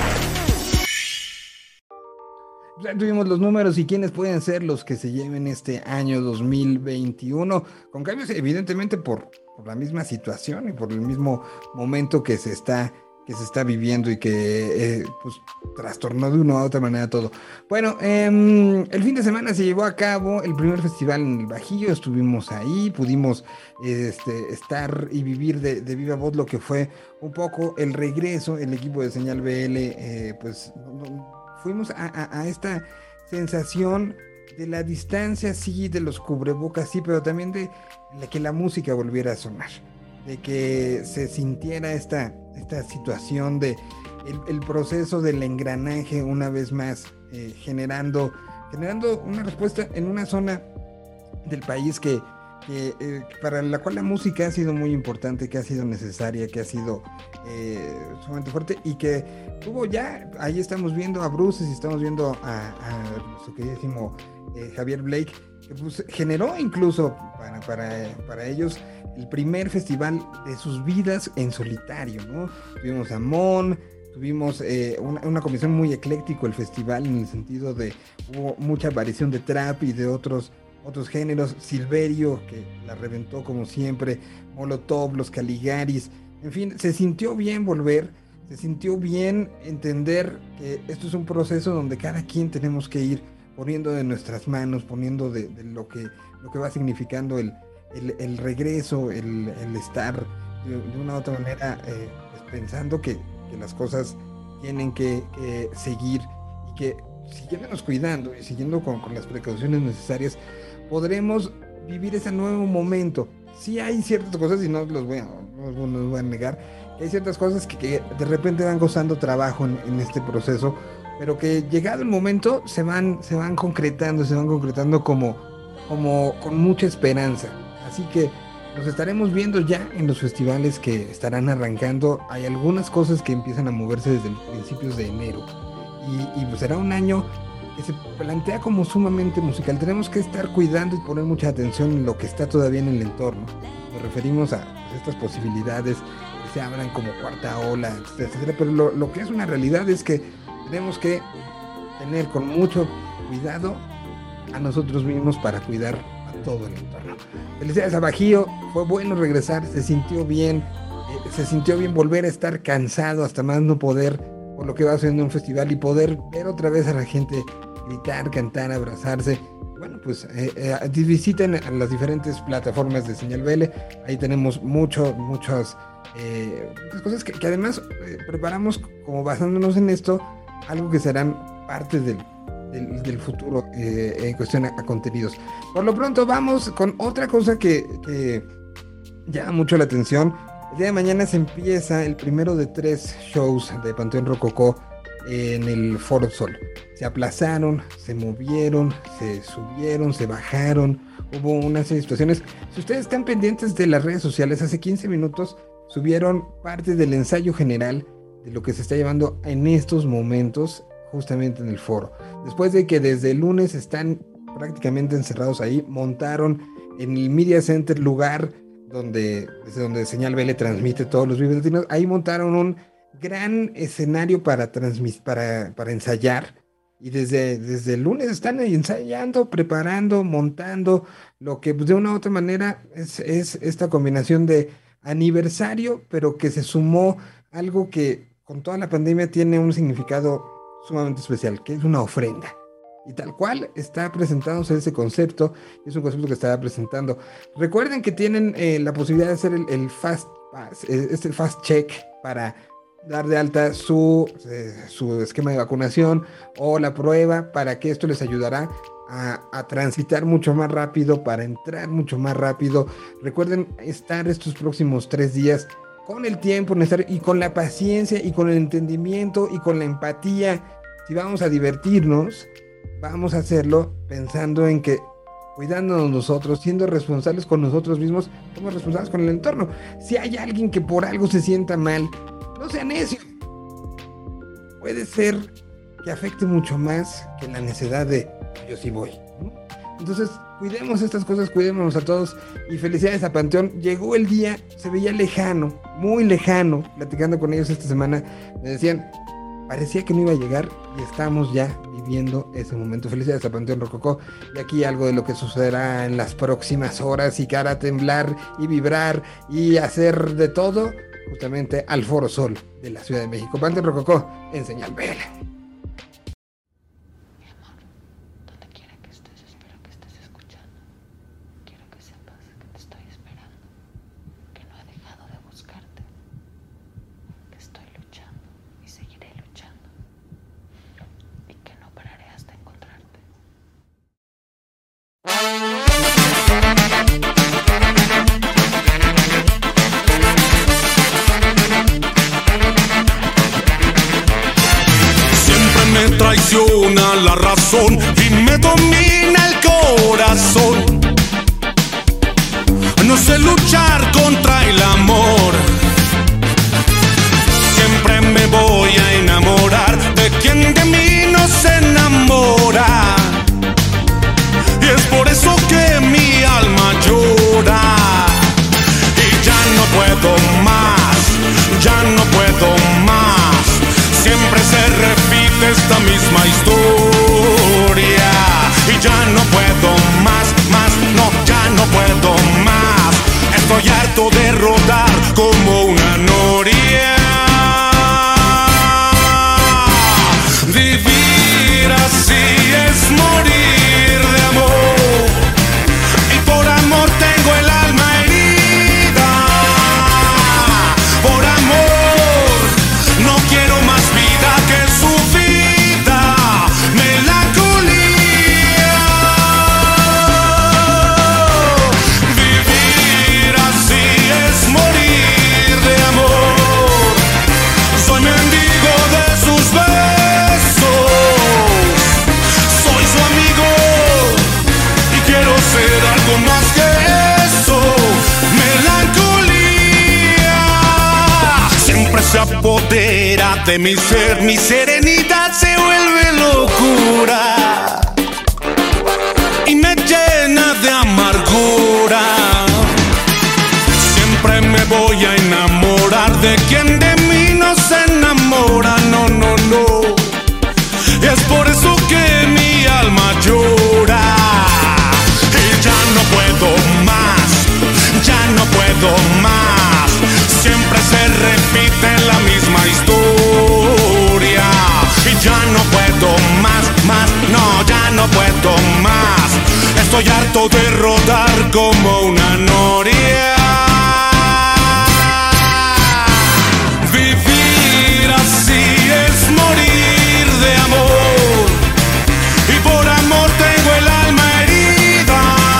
Ya tuvimos los números y quiénes pueden ser los que se lleven este año 2021, con cambios evidentemente por la misma situación y por el mismo momento que se está viviendo y que pues trastornó de una u otra manera todo. Bueno, el fin de semana se llevó a cabo el primer festival en el Bajío, estuvimos ahí, pudimos estar y vivir de viva voz lo que fue un poco el regreso. El equipo de Señal BL, pues fuimos a esta sensación de la distancia, sí, de los cubrebocas, sí, pero también de que la música volviera a sonar, de que se sintiera esta situación de el proceso del engranaje una vez más, generando una respuesta en una zona del país que para la cual la música ha sido muy importante, que ha sido necesaria, que ha sido sumamente fuerte y que tuvo ya, ahí estamos viendo a Bruces y estamos viendo a nuestro queridísimo Javier Blake, que pues generó incluso para ellos el primer festival de sus vidas en solitario, ¿no? Tuvimos a Mon, tuvimos una comisión muy ecléctico el festival, en el sentido de hubo mucha aparición de trap y de otros géneros, Silverio, que la reventó como siempre, Molotov, Los Caligaris, en fin, se sintió bien volver, se sintió bien entender que esto es un proceso donde cada quien tenemos que ir poniendo de nuestras manos, poniendo de lo que va significando el regreso, el estar de una u otra manera pensando que las cosas tienen que seguir y que siguiéndonos cuidando y siguiendo con las precauciones necesarias, podremos vivir ese nuevo momento. Sí hay ciertas cosas, y no los voy a negar, que hay ciertas cosas que de repente van costando trabajo en este proceso, pero que llegado el momento se van concretando como con mucha esperanza. Así que nos estaremos viendo ya en los festivales que estarán arrancando. Hay algunas cosas que empiezan a moverse desde principios de enero. Y pues será un año que se plantea como sumamente musical. Tenemos que estar cuidando y poner mucha atención en lo que está todavía en el entorno. Nos referimos a estas posibilidades que se abran como cuarta ola, etcétera, etcétera. Pero lo que es una realidad es que tenemos que tener con mucho cuidado a nosotros mismos para cuidar a todo el entorno. Felicidades a Bajío, fue bueno regresar, se sintió bien volver a estar cansado hasta más no poder por lo que va haciendo un festival y poder ver otra vez a la gente gritar, cantar, abrazarse. Bueno, pues visiten las diferentes plataformas de Señal BL, ahí tenemos muchas cosas que además preparamos como basándonos en esto, algo que serán parte del futuro en cuestión a contenidos. Por lo pronto vamos con otra cosa que llama mucho la atención. El día de mañana se empieza el primero de 3 shows de Panteón Rococó en el Foro Sol. Se aplazaron, se movieron, se subieron, se bajaron, hubo una serie de situaciones. Si ustedes están pendientes de las redes sociales, hace 15 minutos subieron parte del ensayo general de lo que se está llevando en estos momentos justamente en el foro. Después de que desde el lunes están prácticamente encerrados ahí, montaron en el Media Center, lugar desde donde Señal BL transmite todos los Vive Latinos, ahí montaron un gran escenario para ensayar, y desde el lunes están ahí ensayando, preparando, montando, lo que pues, de una u otra manera es esta combinación de aniversario, pero que se sumó algo que con toda la pandemia tiene un significado sumamente especial, que es una ofrenda. Y tal cual está presentándose ese concepto, es un concepto que estará presentando. Recuerden que tienen la posibilidad de hacer el Fast Pass, el Fast Check, para dar de alta su esquema de vacunación o la prueba, para que esto les ayudará a transitar mucho más rápido, para entrar mucho más rápido. Recuerden estar estos próximos 3 días con el tiempo necesario y con la paciencia y con el entendimiento y con la empatía. Si vamos a divertirnos, vamos a hacerlo pensando en que cuidándonos nosotros, siendo responsables con nosotros mismos, somos responsables con el entorno. Si hay alguien que por algo se sienta mal, no sea necio. Puede ser que afecte mucho más que la necedad de yo sí voy, ¿no? Entonces, cuidemos estas cosas, cuidémonos a todos y felicidades a Panteón. Llegó el día, se veía lejano, muy lejano, platicando con ellos esta semana, me decían, parecía que no iba a llegar y estamos ya viviendo ese momento. Felicidades a Panteón Rococó, y aquí algo de lo que sucederá en las próximas horas y que hará temblar y vibrar y hacer de todo justamente al Foro Sol de la Ciudad de México. Panteón Rococó en Señal BL. Traiciona la razón y me domina el corazón. No sé luchar contra el amor. Siempre me voy a enamorar de quien de mí no se enamora. Y es por eso que mi alma llora. Y ya no puedo más, ya no puedo más. Siempre se repite esta misma historia. Y ya no puedo más, no, ya no puedo más. Estoy harto de rodar con apodera de mi ser, mi serenidad se vuelve locura y me llena de amargura. Siempre me voy a enamorar de quien de mí no se enamora, no, no, no. Es por eso que mi alma llora y ya no puedo más, ya no puedo más. Siempre se repite la misma historia y ya no puedo más, más, no, ya no puedo más. Estoy harto de rodar como una noria. Vivir así es morir de amor y por amor tengo el alma herida.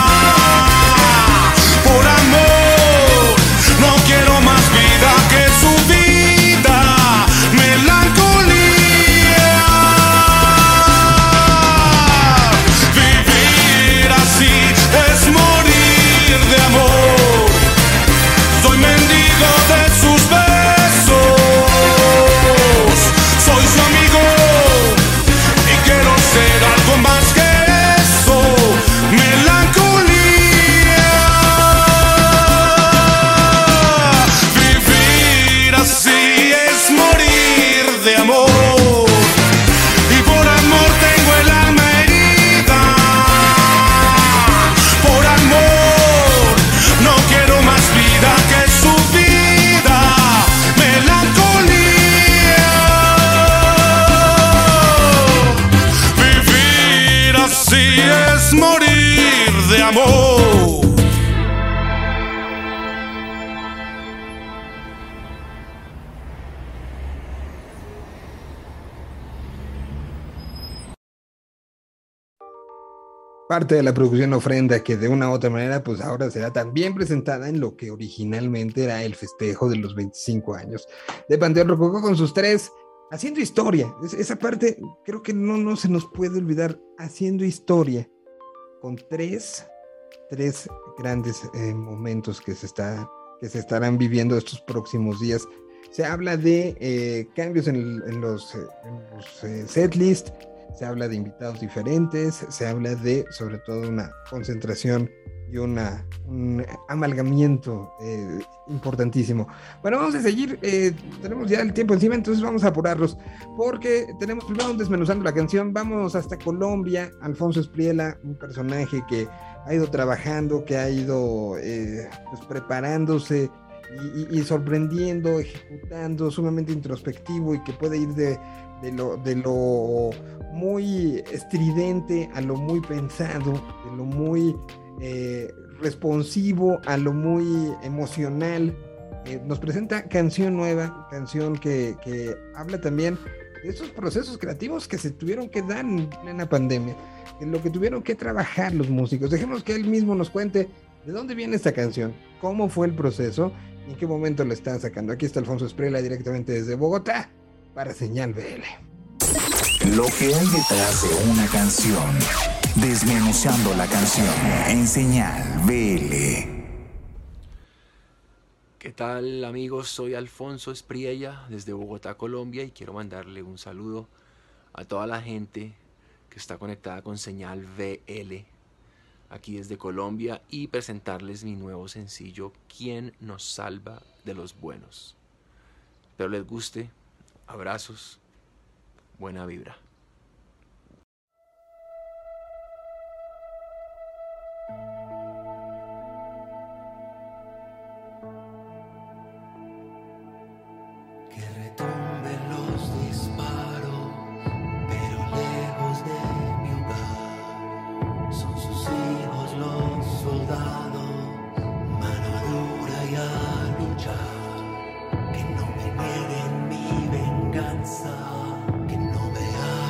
Por amor no quiero más vida que su vida, melancolía. Vivir así es morir de amor. Soy mendigo de sus besos, soy su amigo y quiero ser algo más que eso, melancolía. Vivir así es morir de amor y por amor tengo el alma herida. Por amor no quiero más vida que su vida, melancolía. Vivir así es morir de amor. Parte de la producción ofrenda que de una u otra manera pues ahora será también presentada en lo que originalmente era el festejo de los 25 años de Panteón Rococó con sus tres haciendo historia. Esa parte creo que no se nos puede olvidar, haciendo historia con tres grandes momentos que se estarán viviendo estos próximos días. Se habla de cambios en los setlist. Se habla de invitados diferentes, se habla de, sobre todo, una concentración y un amalgamiento importantísimo. Bueno, vamos a seguir, tenemos ya el tiempo encima, entonces vamos a apurarlos, porque tenemos primero desmenuzando la canción. Vamos hasta Colombia. Alfonso Espriella, un personaje que ha ido trabajando, que ha ido pues preparándose y sorprendiendo, ejecutando, sumamente introspectivo, y que puede ir de lo muy estridente a lo muy pensado, de lo muy responsivo a lo muy emocional. Nos presenta canción nueva, canción que habla también de esos procesos creativos que se tuvieron que dar en plena pandemia, de lo que tuvieron que trabajar los músicos. Dejemos que él mismo nos cuente de dónde viene esta canción, cómo fue el proceso y en qué momento la están sacando. Aquí está Alfonso Espriella directamente desde Bogotá para Señal BL. Lo que hay detrás de una canción. Desmenuzando la canción en Señal BL. ¿Qué tal, amigos? Soy Alfonso Espriella desde Bogotá, Colombia, y quiero mandarle un saludo a toda la gente que está conectada con Señal BL aquí desde Colombia y presentarles mi nuevo sencillo, ¿Quién nos salva de los buenos? Espero les guste. Abrazos, buena vibra. Que retumben los disparos, pero lejos de mi hogar. Son sus hijos los soldados, mano dura y a luchar. Que no me nieguen mi venganza, que no vean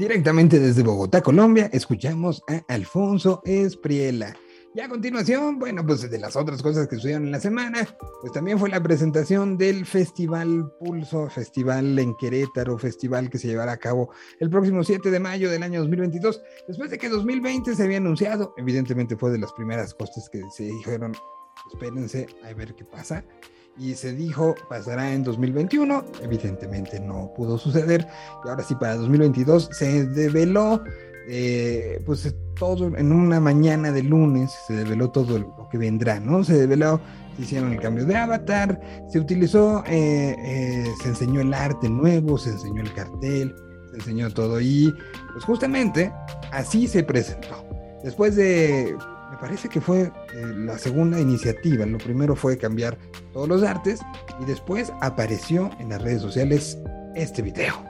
Directamente desde Bogotá, Colombia, escuchamos a Alfonso Espriella. Y a continuación, bueno, pues de las otras cosas que sucedieron en la semana, pues también fue la presentación del Festival Pulso, festival en Querétaro, festival que se llevará a cabo el próximo 7 de mayo del año 2022, después de que 2020 se había anunciado. Evidentemente fue de las primeras cosas que se dijeron, espérense a ver qué pasa, y se dijo pasará en 2021, evidentemente no pudo suceder, y ahora sí para 2022 se develó pues todo en una mañana de lunes, se develó todo lo que vendrá, ¿no? Se develó, se hicieron el cambio de avatar, se utilizó, se enseñó el arte nuevo, se enseñó el cartel, se enseñó todo y pues justamente así se presentó. Después de, me parece que fue la segunda iniciativa, lo primero fue cambiar todos los artes y después apareció en las redes sociales este video.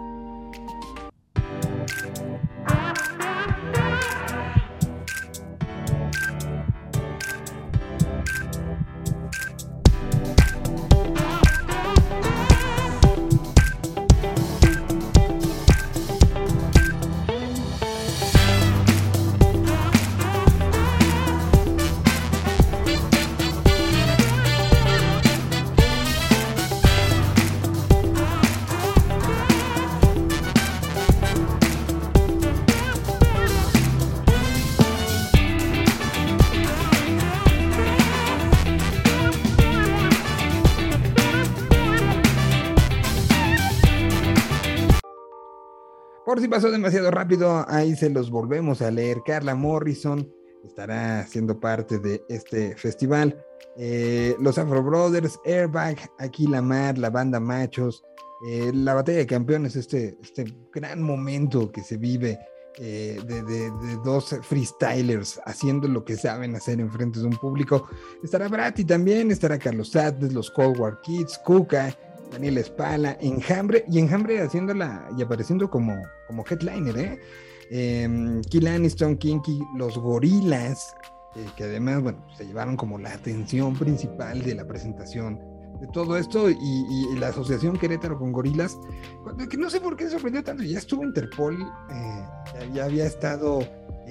Por si pasó demasiado rápido, ahí se los volvemos a leer. Carla Morrison estará siendo parte de este festival. Los Afro Brothers, Airbag, Aquí La Mar, la banda Machos, la Batalla de Campeones, este gran momento que se vive de dos freestylers haciendo lo que saben hacer en frente de un público. Estará Bratti también, estará Carlos Sadness, los Cold War Kids, Cuca, Daniel Espala, Enjambre haciéndola y apareciendo como headliner, Kill Aniston, Kinky, los Gorilas, que además, bueno, se llevaron como la atención principal de la presentación de todo esto y la asociación Querétaro con Gorilas, que no sé por qué sorprendió tanto, ya estuvo Interpol, ya había estado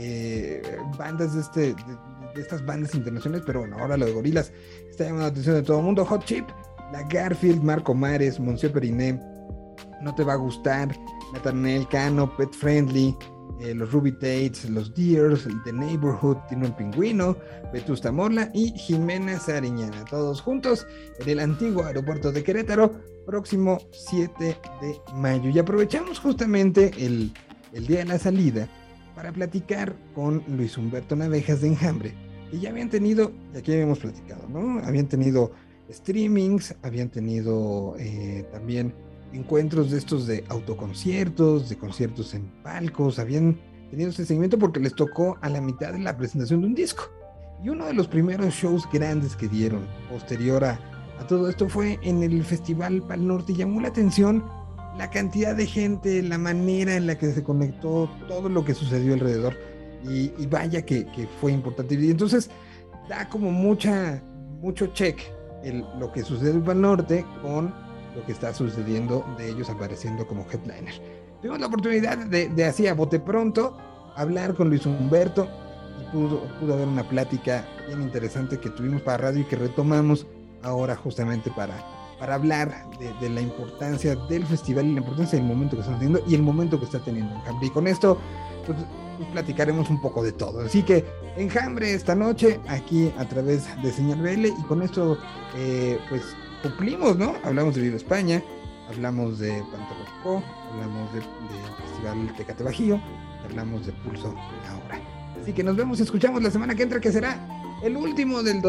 bandas de estas bandas internacionales, pero bueno, ahora lo de Gorilas está llamando la atención de todo el mundo. Hot Chip, la Garfield, Marco Mares, Monsieur Periné, No Te Va a Gustar, Nathaniel Cano, Pet Friendly, los Ruby Tates, los Deers, The Neighborhood, Tino el Pingüino, Vetusta Morla y Jimena Sariñana, todos juntos en el antiguo aeropuerto de Querétaro, próximo 7 de mayo. Y aprovechamos justamente el día de la salida para platicar con Luis Humberto Navejas de Enjambre, que ya habían tenido, y aquí habíamos platicado, ¿no? Habían tenido streamings, habían tenido también encuentros de estos de autoconciertos, de conciertos en palcos, habían tenido este seguimiento porque les tocó a la mitad de la presentación de un disco. Y uno de los primeros shows grandes que dieron posterior a todo esto fue en el Festival Pal Norte y llamó la atención la cantidad de gente, la manera en la que se conectó, todo lo que sucedió alrededor y vaya que fue importante. Y entonces da como mucho check lo que sucede en Pal Norte con lo que está sucediendo de ellos apareciendo como headliner. Tuvimos la oportunidad de así a bote pronto hablar con Luis Humberto y pudo haber una plática bien interesante que tuvimos para radio y que retomamos ahora justamente para hablar de la importancia del festival y la importancia del momento que estamos teniendo y el momento que está teniendo Enjambre. Y con esto pues platicaremos un poco de todo. Así que Enjambre esta noche aquí a través de Señal BL y con esto pues cumplimos, ¿no? Hablamos de Viva España, hablamos de Pantorrocó, hablamos del Festival Tecate Bajío, hablamos de Pulso ahora. Así que nos vemos y escuchamos la semana que entra, que será el último del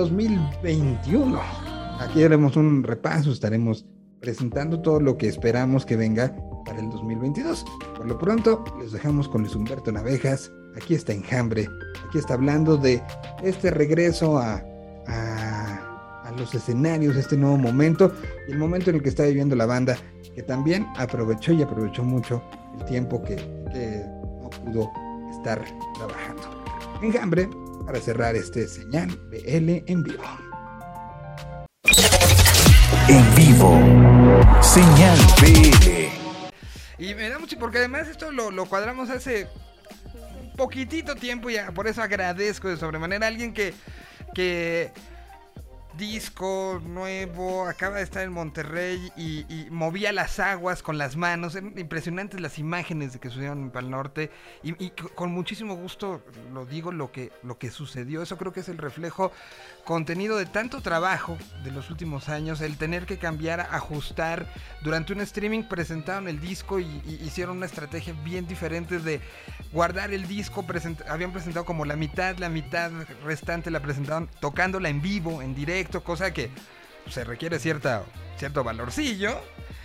2021. Aquí haremos un repaso, estaremos presentando todo lo que esperamos que venga para el 2022. Por lo pronto, les dejamos con Luis Humberto Navejas. Aquí está Enjambre, aquí está hablando de este regreso a los escenarios, este nuevo momento y el momento en el que está viviendo la banda, que también aprovechó mucho el tiempo que no pudo estar trabajando. Enjambre, para cerrar este Señal BL en vivo. En vivo, Señal BL. Y me da mucho, porque además esto lo cuadramos hace poquitito tiempo y por eso agradezco de sobremanera a alguien que disco nuevo, acaba de estar en Monterrey y movía las aguas con las manos. Eran impresionantes las imágenes de que sucedieron en Pal Norte y con muchísimo gusto lo digo lo que sucedió. Eso creo que es el reflejo contenido de tanto trabajo de los últimos años, el tener que cambiar, ajustar. Durante un streaming presentaron el disco y hicieron una estrategia bien diferente de guardar el disco. Habían presentado como la mitad restante la presentaron tocándola en vivo, en directo, cosa que se requiere cierto valorcillo.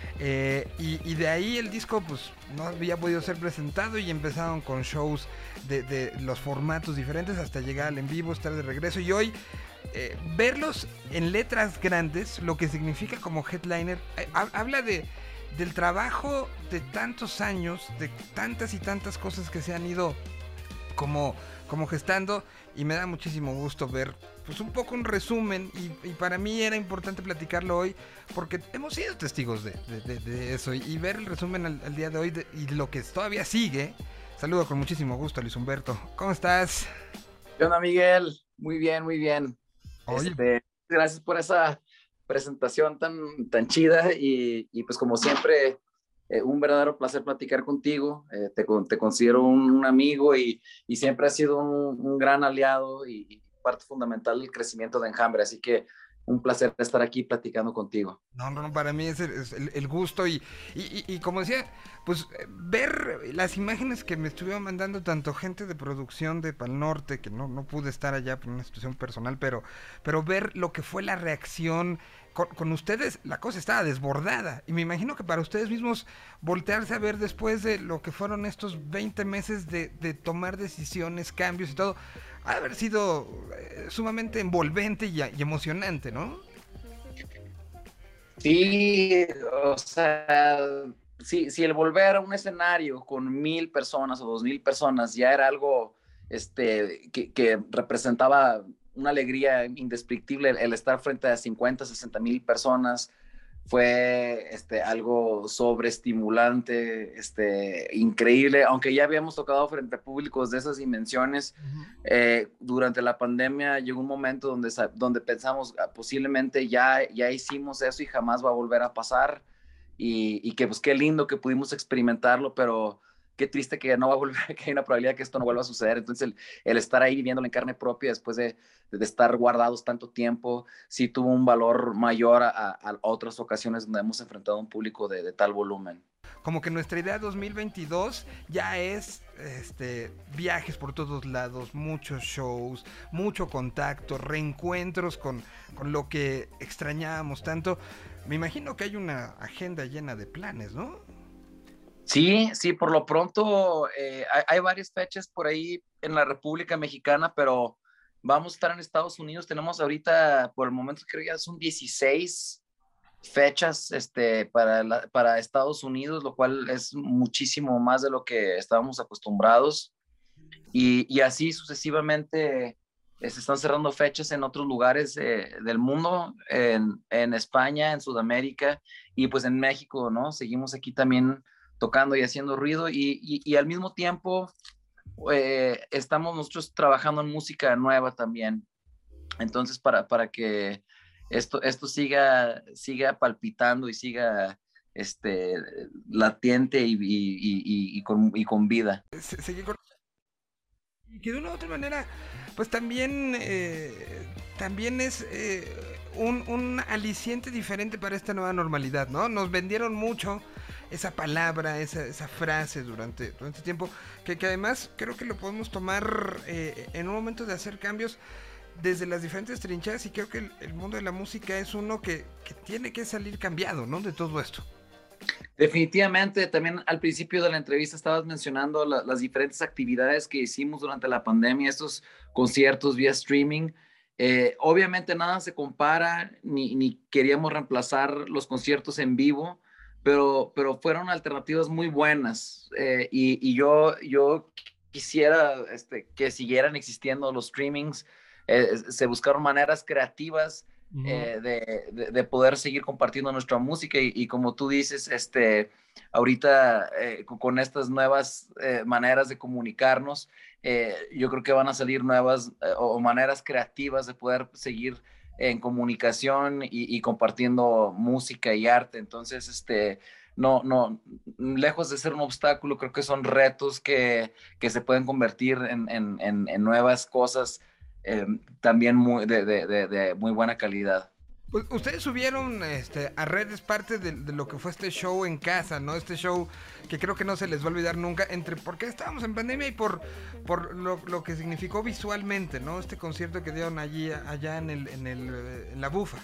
Y de ahí el disco pues no había podido ser presentado y empezaron con shows de los formatos diferentes hasta llegar al en vivo, estar de regreso y hoy verlos en letras grandes, lo que significa como headliner, habla del trabajo de tantos años, de tantas y tantas cosas que se han ido como gestando, y me da muchísimo gusto ver pues un poco un resumen y para mí era importante platicarlo hoy porque hemos sido testigos de eso y ver el resumen al día de hoy y lo que todavía sigue. Saludo con muchísimo gusto a Luis Humberto. ¿Cómo estás? ¿Qué onda, Miguel? Muy bien, muy bien. Oye. Gracias por esa presentación tan chida y pues como siempre un verdadero placer platicar contigo. Te considero un amigo y siempre has sido un gran aliado y parte fundamental del crecimiento de Enjambre, así que un placer estar aquí platicando contigo. No, para mí es el gusto y como decía, pues ver las imágenes que me estuvieron mandando tanto gente de producción de Pal Norte, que no pude estar allá por una situación personal, pero ver lo que fue la reacción con ustedes, la cosa estaba desbordada y me imagino que para ustedes mismos voltearse a ver después de lo que fueron estos 20 meses de tomar decisiones, cambios y todo, ha de haber sido sumamente envolvente y emocionante, ¿no? Sí, o sea, si el volver a un escenario con 1,000 personas o 2,000 personas ya era algo que representaba una alegría indescriptible, el estar frente a 50, 60 mil personas fue algo sobreestimulante, increíble, aunque ya habíamos tocado frente a públicos de esas dimensiones. Durante la pandemia llegó un momento donde pensamos posiblemente ya hicimos eso y jamás va a volver a pasar y que pues qué lindo que pudimos experimentarlo, pero qué triste que no va a volver, que hay una probabilidad que esto no vuelva a suceder. Entonces el estar ahí viviéndolo en carne propia después de estar guardados tanto tiempo, sí tuvo un valor mayor a otras ocasiones donde hemos enfrentado a un público de tal volumen. Como que nuestra idea 2022 ya es viajes por todos lados, muchos shows, mucho contacto, reencuentros con lo que extrañábamos tanto. Me imagino que hay una agenda llena de planes, ¿no? Sí, por lo pronto hay varias fechas por ahí en la República Mexicana, pero vamos a estar en Estados Unidos. Tenemos ahorita, por el momento creo que ya son 16 fechas para Estados Unidos, lo cual es muchísimo más de lo que estábamos acostumbrados. Y así sucesivamente se están cerrando fechas en otros lugares del mundo, en España, en Sudamérica y pues en México, ¿no? Seguimos aquí también tocando y haciendo ruido y al mismo tiempo estamos nosotros trabajando en música nueva también. Entonces para que esto siga palpitando y siga latiente y con vida. Y que de una u otra manera pues también es un aliciente diferente para esta nueva normalidad, ¿no? Nos vendieron mucho esa palabra, esa frase durante tiempo, que además creo que lo podemos tomar en un momento de hacer cambios desde las diferentes trincheras y creo que el mundo de la música es uno que tiene que salir cambiado, ¿no? De todo esto. Definitivamente, también al principio de la entrevista estabas mencionando las diferentes actividades que hicimos durante la pandemia, estos conciertos vía streaming. Obviamente nada se compara, ni queríamos reemplazar los conciertos en vivo, pero fueron alternativas muy buenas y yo quisiera que siguieran existiendo los streamings. Se buscaron maneras creativas de poder seguir compartiendo nuestra música y como tú dices, ahorita con estas nuevas maneras de comunicarnos, yo creo que van a salir nuevas o maneras creativas de poder seguir en comunicación y compartiendo música y arte. Entonces, no, lejos de ser un obstáculo, creo que son retos que se pueden convertir en nuevas cosas también de muy buena calidad. Ustedes subieron a redes parte de lo que fue este show en casa, ¿no? Este show que creo que no se les va a olvidar nunca, porque estábamos en pandemia y por lo que significó visualmente, ¿no? Este concierto que dieron allá en la Bufa.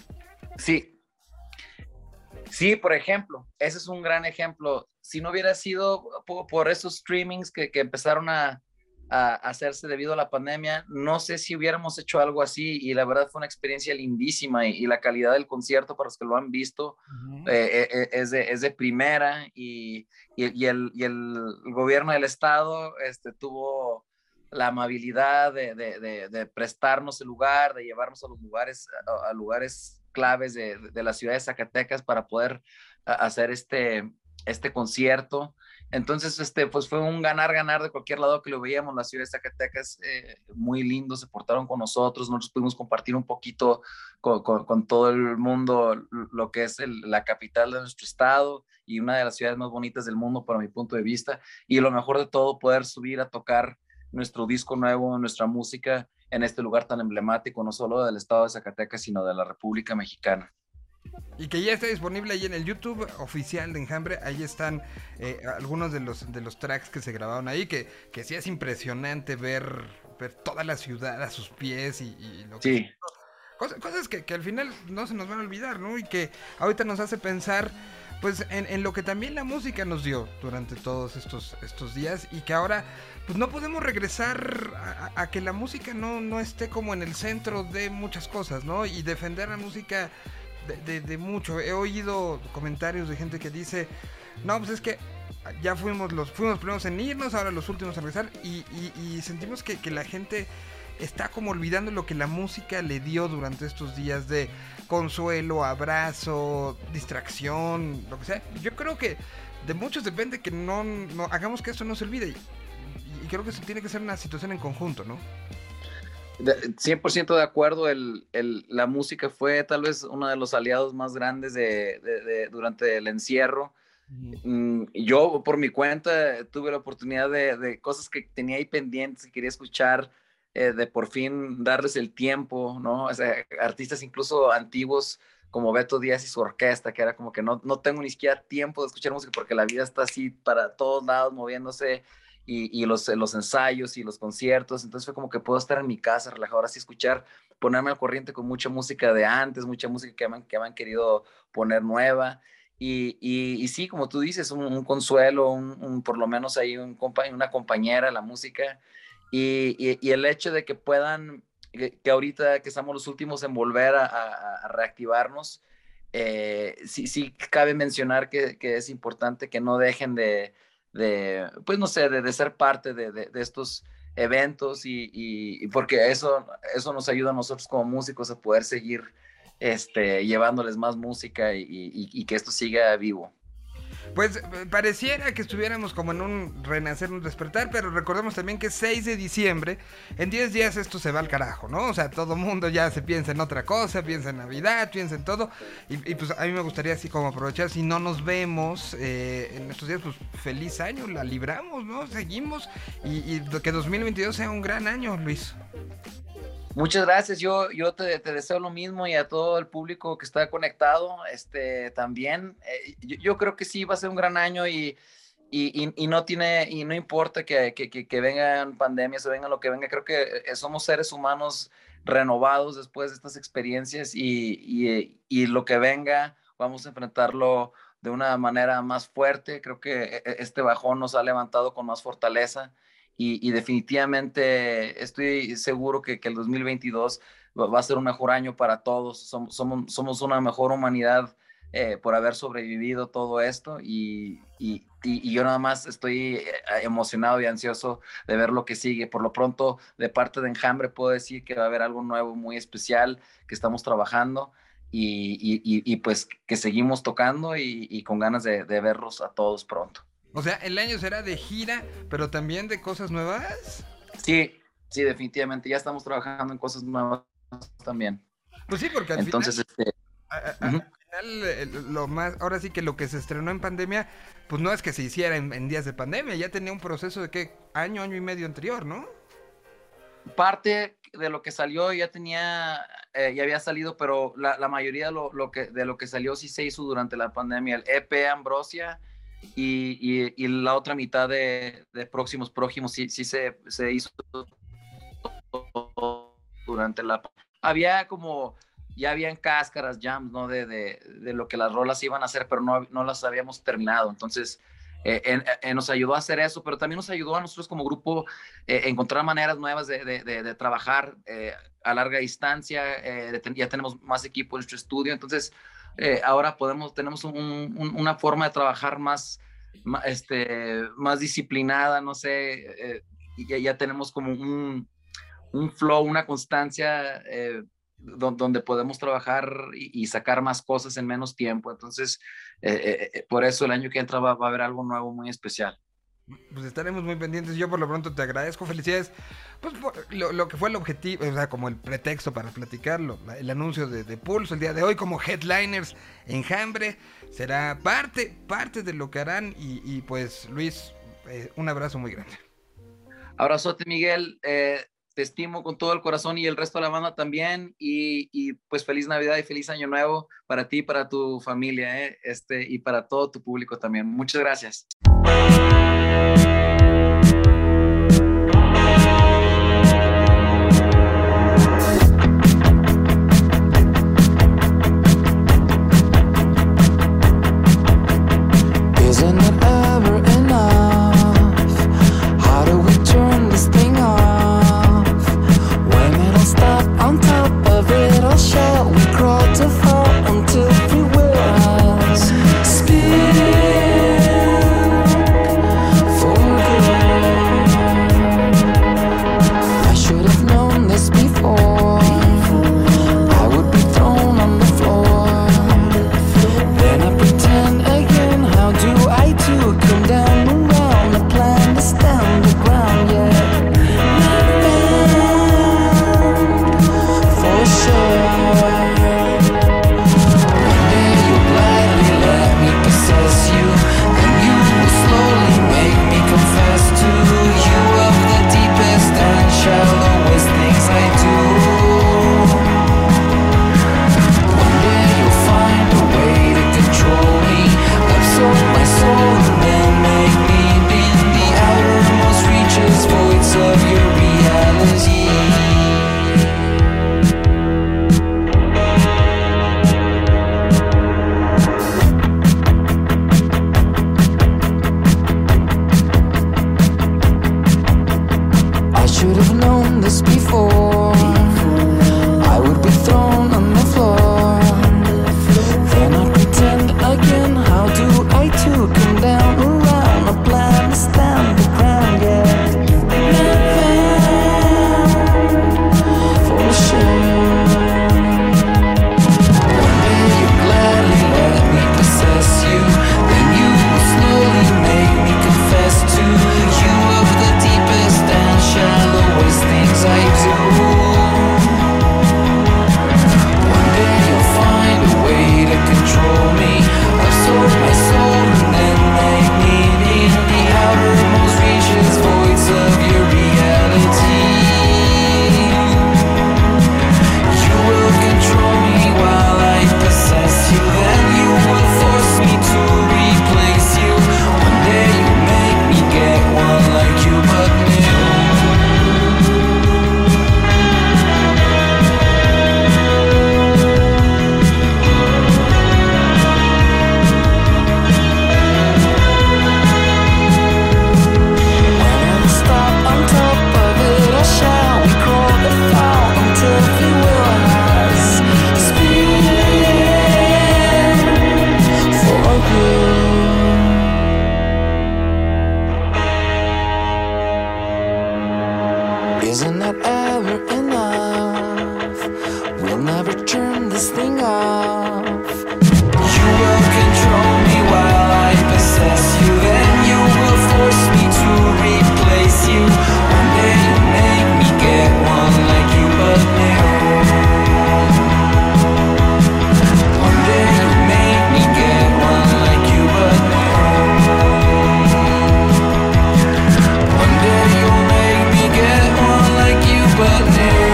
Sí, por ejemplo, ese es un gran ejemplo. Si no hubiera sido por esos streamings que empezaron a hacerse debido a la pandemia, no sé si hubiéramos hecho algo así, y la verdad fue una experiencia lindísima y la calidad del concierto, para los que lo han visto, es de primera, y el gobierno del estado tuvo la amabilidad de prestarnos el lugar, de llevarnos a lugares claves de la ciudad de Zacatecas para poder hacer este concierto. Entonces, pues fue un ganar-ganar de cualquier lado que lo veíamos. La ciudad de Zacatecas, muy lindo, se portaron con nosotros pudimos compartir un poquito con todo el mundo lo que es la capital de nuestro estado y una de las ciudades más bonitas del mundo para mi punto de vista, y lo mejor de todo, poder subir a tocar nuestro disco nuevo, nuestra música en este lugar tan emblemático, no solo del estado de Zacatecas, sino de la República Mexicana. Y que ya está disponible ahí en el YouTube oficial de Enjambre. Ahí están algunos de los tracks que se grabaron ahí, que sí es impresionante ver toda la ciudad a sus pies y lo que... Sí. Cosas que al final no se nos van a olvidar, ¿no? Y que ahorita nos hace pensar pues en lo que también la música nos dio durante todos estos días, y que ahora pues no podemos regresar a que la música no esté como en el centro de muchas cosas, ¿no? Y defender la música de mucho. He oído comentarios de gente que dice, no, pues es que ya fuimos los primeros en irnos, ahora los últimos en regresar, y sentimos que la gente está como olvidando lo que la música le dio durante estos días de consuelo, abrazo, distracción, lo que sea. Yo creo que de muchos depende que no hagamos que esto no se olvide, y creo que eso tiene que ser una situación en conjunto, ¿no? 100% de acuerdo. La música fue tal vez uno de los aliados más grandes durante el encierro. Yo por mi cuenta tuve la oportunidad de cosas que tenía ahí pendientes, que quería escuchar, de por fin darles el tiempo, ¿no? O sea, artistas incluso antiguos como Beto Díaz y su orquesta, que era como que no tengo ni siquiera tiempo de escuchar música porque la vida está así para todos lados moviéndose, y los ensayos y los conciertos. Entonces fue como que puedo estar en mi casa relajado, ahora sí escuchar, ponerme al corriente con mucha música de antes, mucha música que me han querido poner nueva, y sí, como tú dices, un consuelo, por lo menos ahí una compañera, la música, y el hecho de que puedan, que ahorita que estamos los últimos en volver a reactivarnos, sí cabe mencionar que es importante que no dejen pues no sé, de ser parte de estos eventos, y porque eso nos ayuda a nosotros como músicos a poder seguir llevándoles más música y que esto siga vivo. Pues pareciera que estuviéramos como en un renacer, un despertar, pero recordemos también que es 6 de diciembre, en 10 días esto se va al carajo, ¿no? O sea, todo mundo ya se piensa en otra cosa, piensa en Navidad, piensa en todo, y pues a mí me gustaría así como aprovechar, si no nos vemos en estos días, pues feliz año, la libramos, ¿no? Seguimos, y que 2022 sea un gran año, Luis. Muchas gracias, yo te deseo lo mismo, y a todo el público que está conectado, también. Yo creo que sí va a ser un gran año, y no importa que vengan pandemias o venga lo que venga. Creo que somos seres humanos renovados después de estas experiencias, y lo que venga vamos a enfrentarlo de una manera más fuerte. Creo que este bajón nos ha levantado con más fortaleza. Y definitivamente estoy seguro que el 2022 va a ser un mejor año para todos. Somos una mejor humanidad por haber sobrevivido todo esto, y yo nada más estoy emocionado y ansioso de ver lo que sigue. Por lo pronto, de parte de Enjambre, puedo decir que va a haber algo nuevo muy especial que estamos trabajando. y pues que seguimos tocando y con ganas de verlos a todos pronto. O sea, el año será de gira, pero también de cosas nuevas. Sí, definitivamente. Ya estamos trabajando en cosas nuevas también. Pues sí, porque al final, al final lo más, ahora sí que lo que se estrenó en pandemia, pues no es que se hiciera en días de pandemia, ya tenía un proceso de ¿qué? año y medio anterior, ¿no? Parte de lo que salió ya había salido, pero la mayoría de lo que salió sí se hizo durante la pandemia. El EP Ambrosia y la otra mitad de Próximos sí se hizo durante la pandemia. Había como, ya habían cáscaras, jams, ¿no? De lo que las rolas iban a hacer, pero no las habíamos terminado. Entonces, nos ayudó a hacer eso, pero también nos ayudó a nosotros como grupo encontrar maneras nuevas de trabajar a larga distancia. Ya tenemos más equipo en nuestro estudio, entonces ahora tenemos una forma de trabajar más disciplinada, no sé, y ya tenemos como un flow, una constancia donde podemos trabajar y sacar más cosas en menos tiempo. Entonces, por eso el año que entra va a haber algo nuevo muy especial. Pues estaremos muy pendientes. Yo por lo pronto te agradezco, felicidades, pues por lo que fue el objetivo, o sea, como el pretexto para platicarlo, el anuncio de Pulso el día de hoy como headliners Enjambre, será parte de lo que harán y pues Luis, un abrazo muy grande. Abrazote, Miguel, te estimo con todo el corazón y el resto de la banda también, y pues feliz Navidad y feliz Año Nuevo para ti, para tu familia, y para todo tu público también. Muchas gracias. love. You will control me while I possess you, then you will force me to replace you. One day you'll make me get one like you but new. One day you'll make me get one like you but new. One day you'll make me get one like you but new.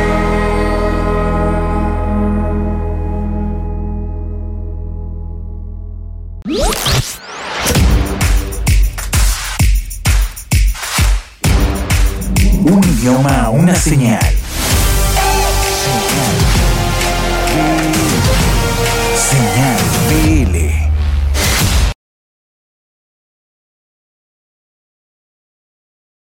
Un idioma, una señal. Señal BL.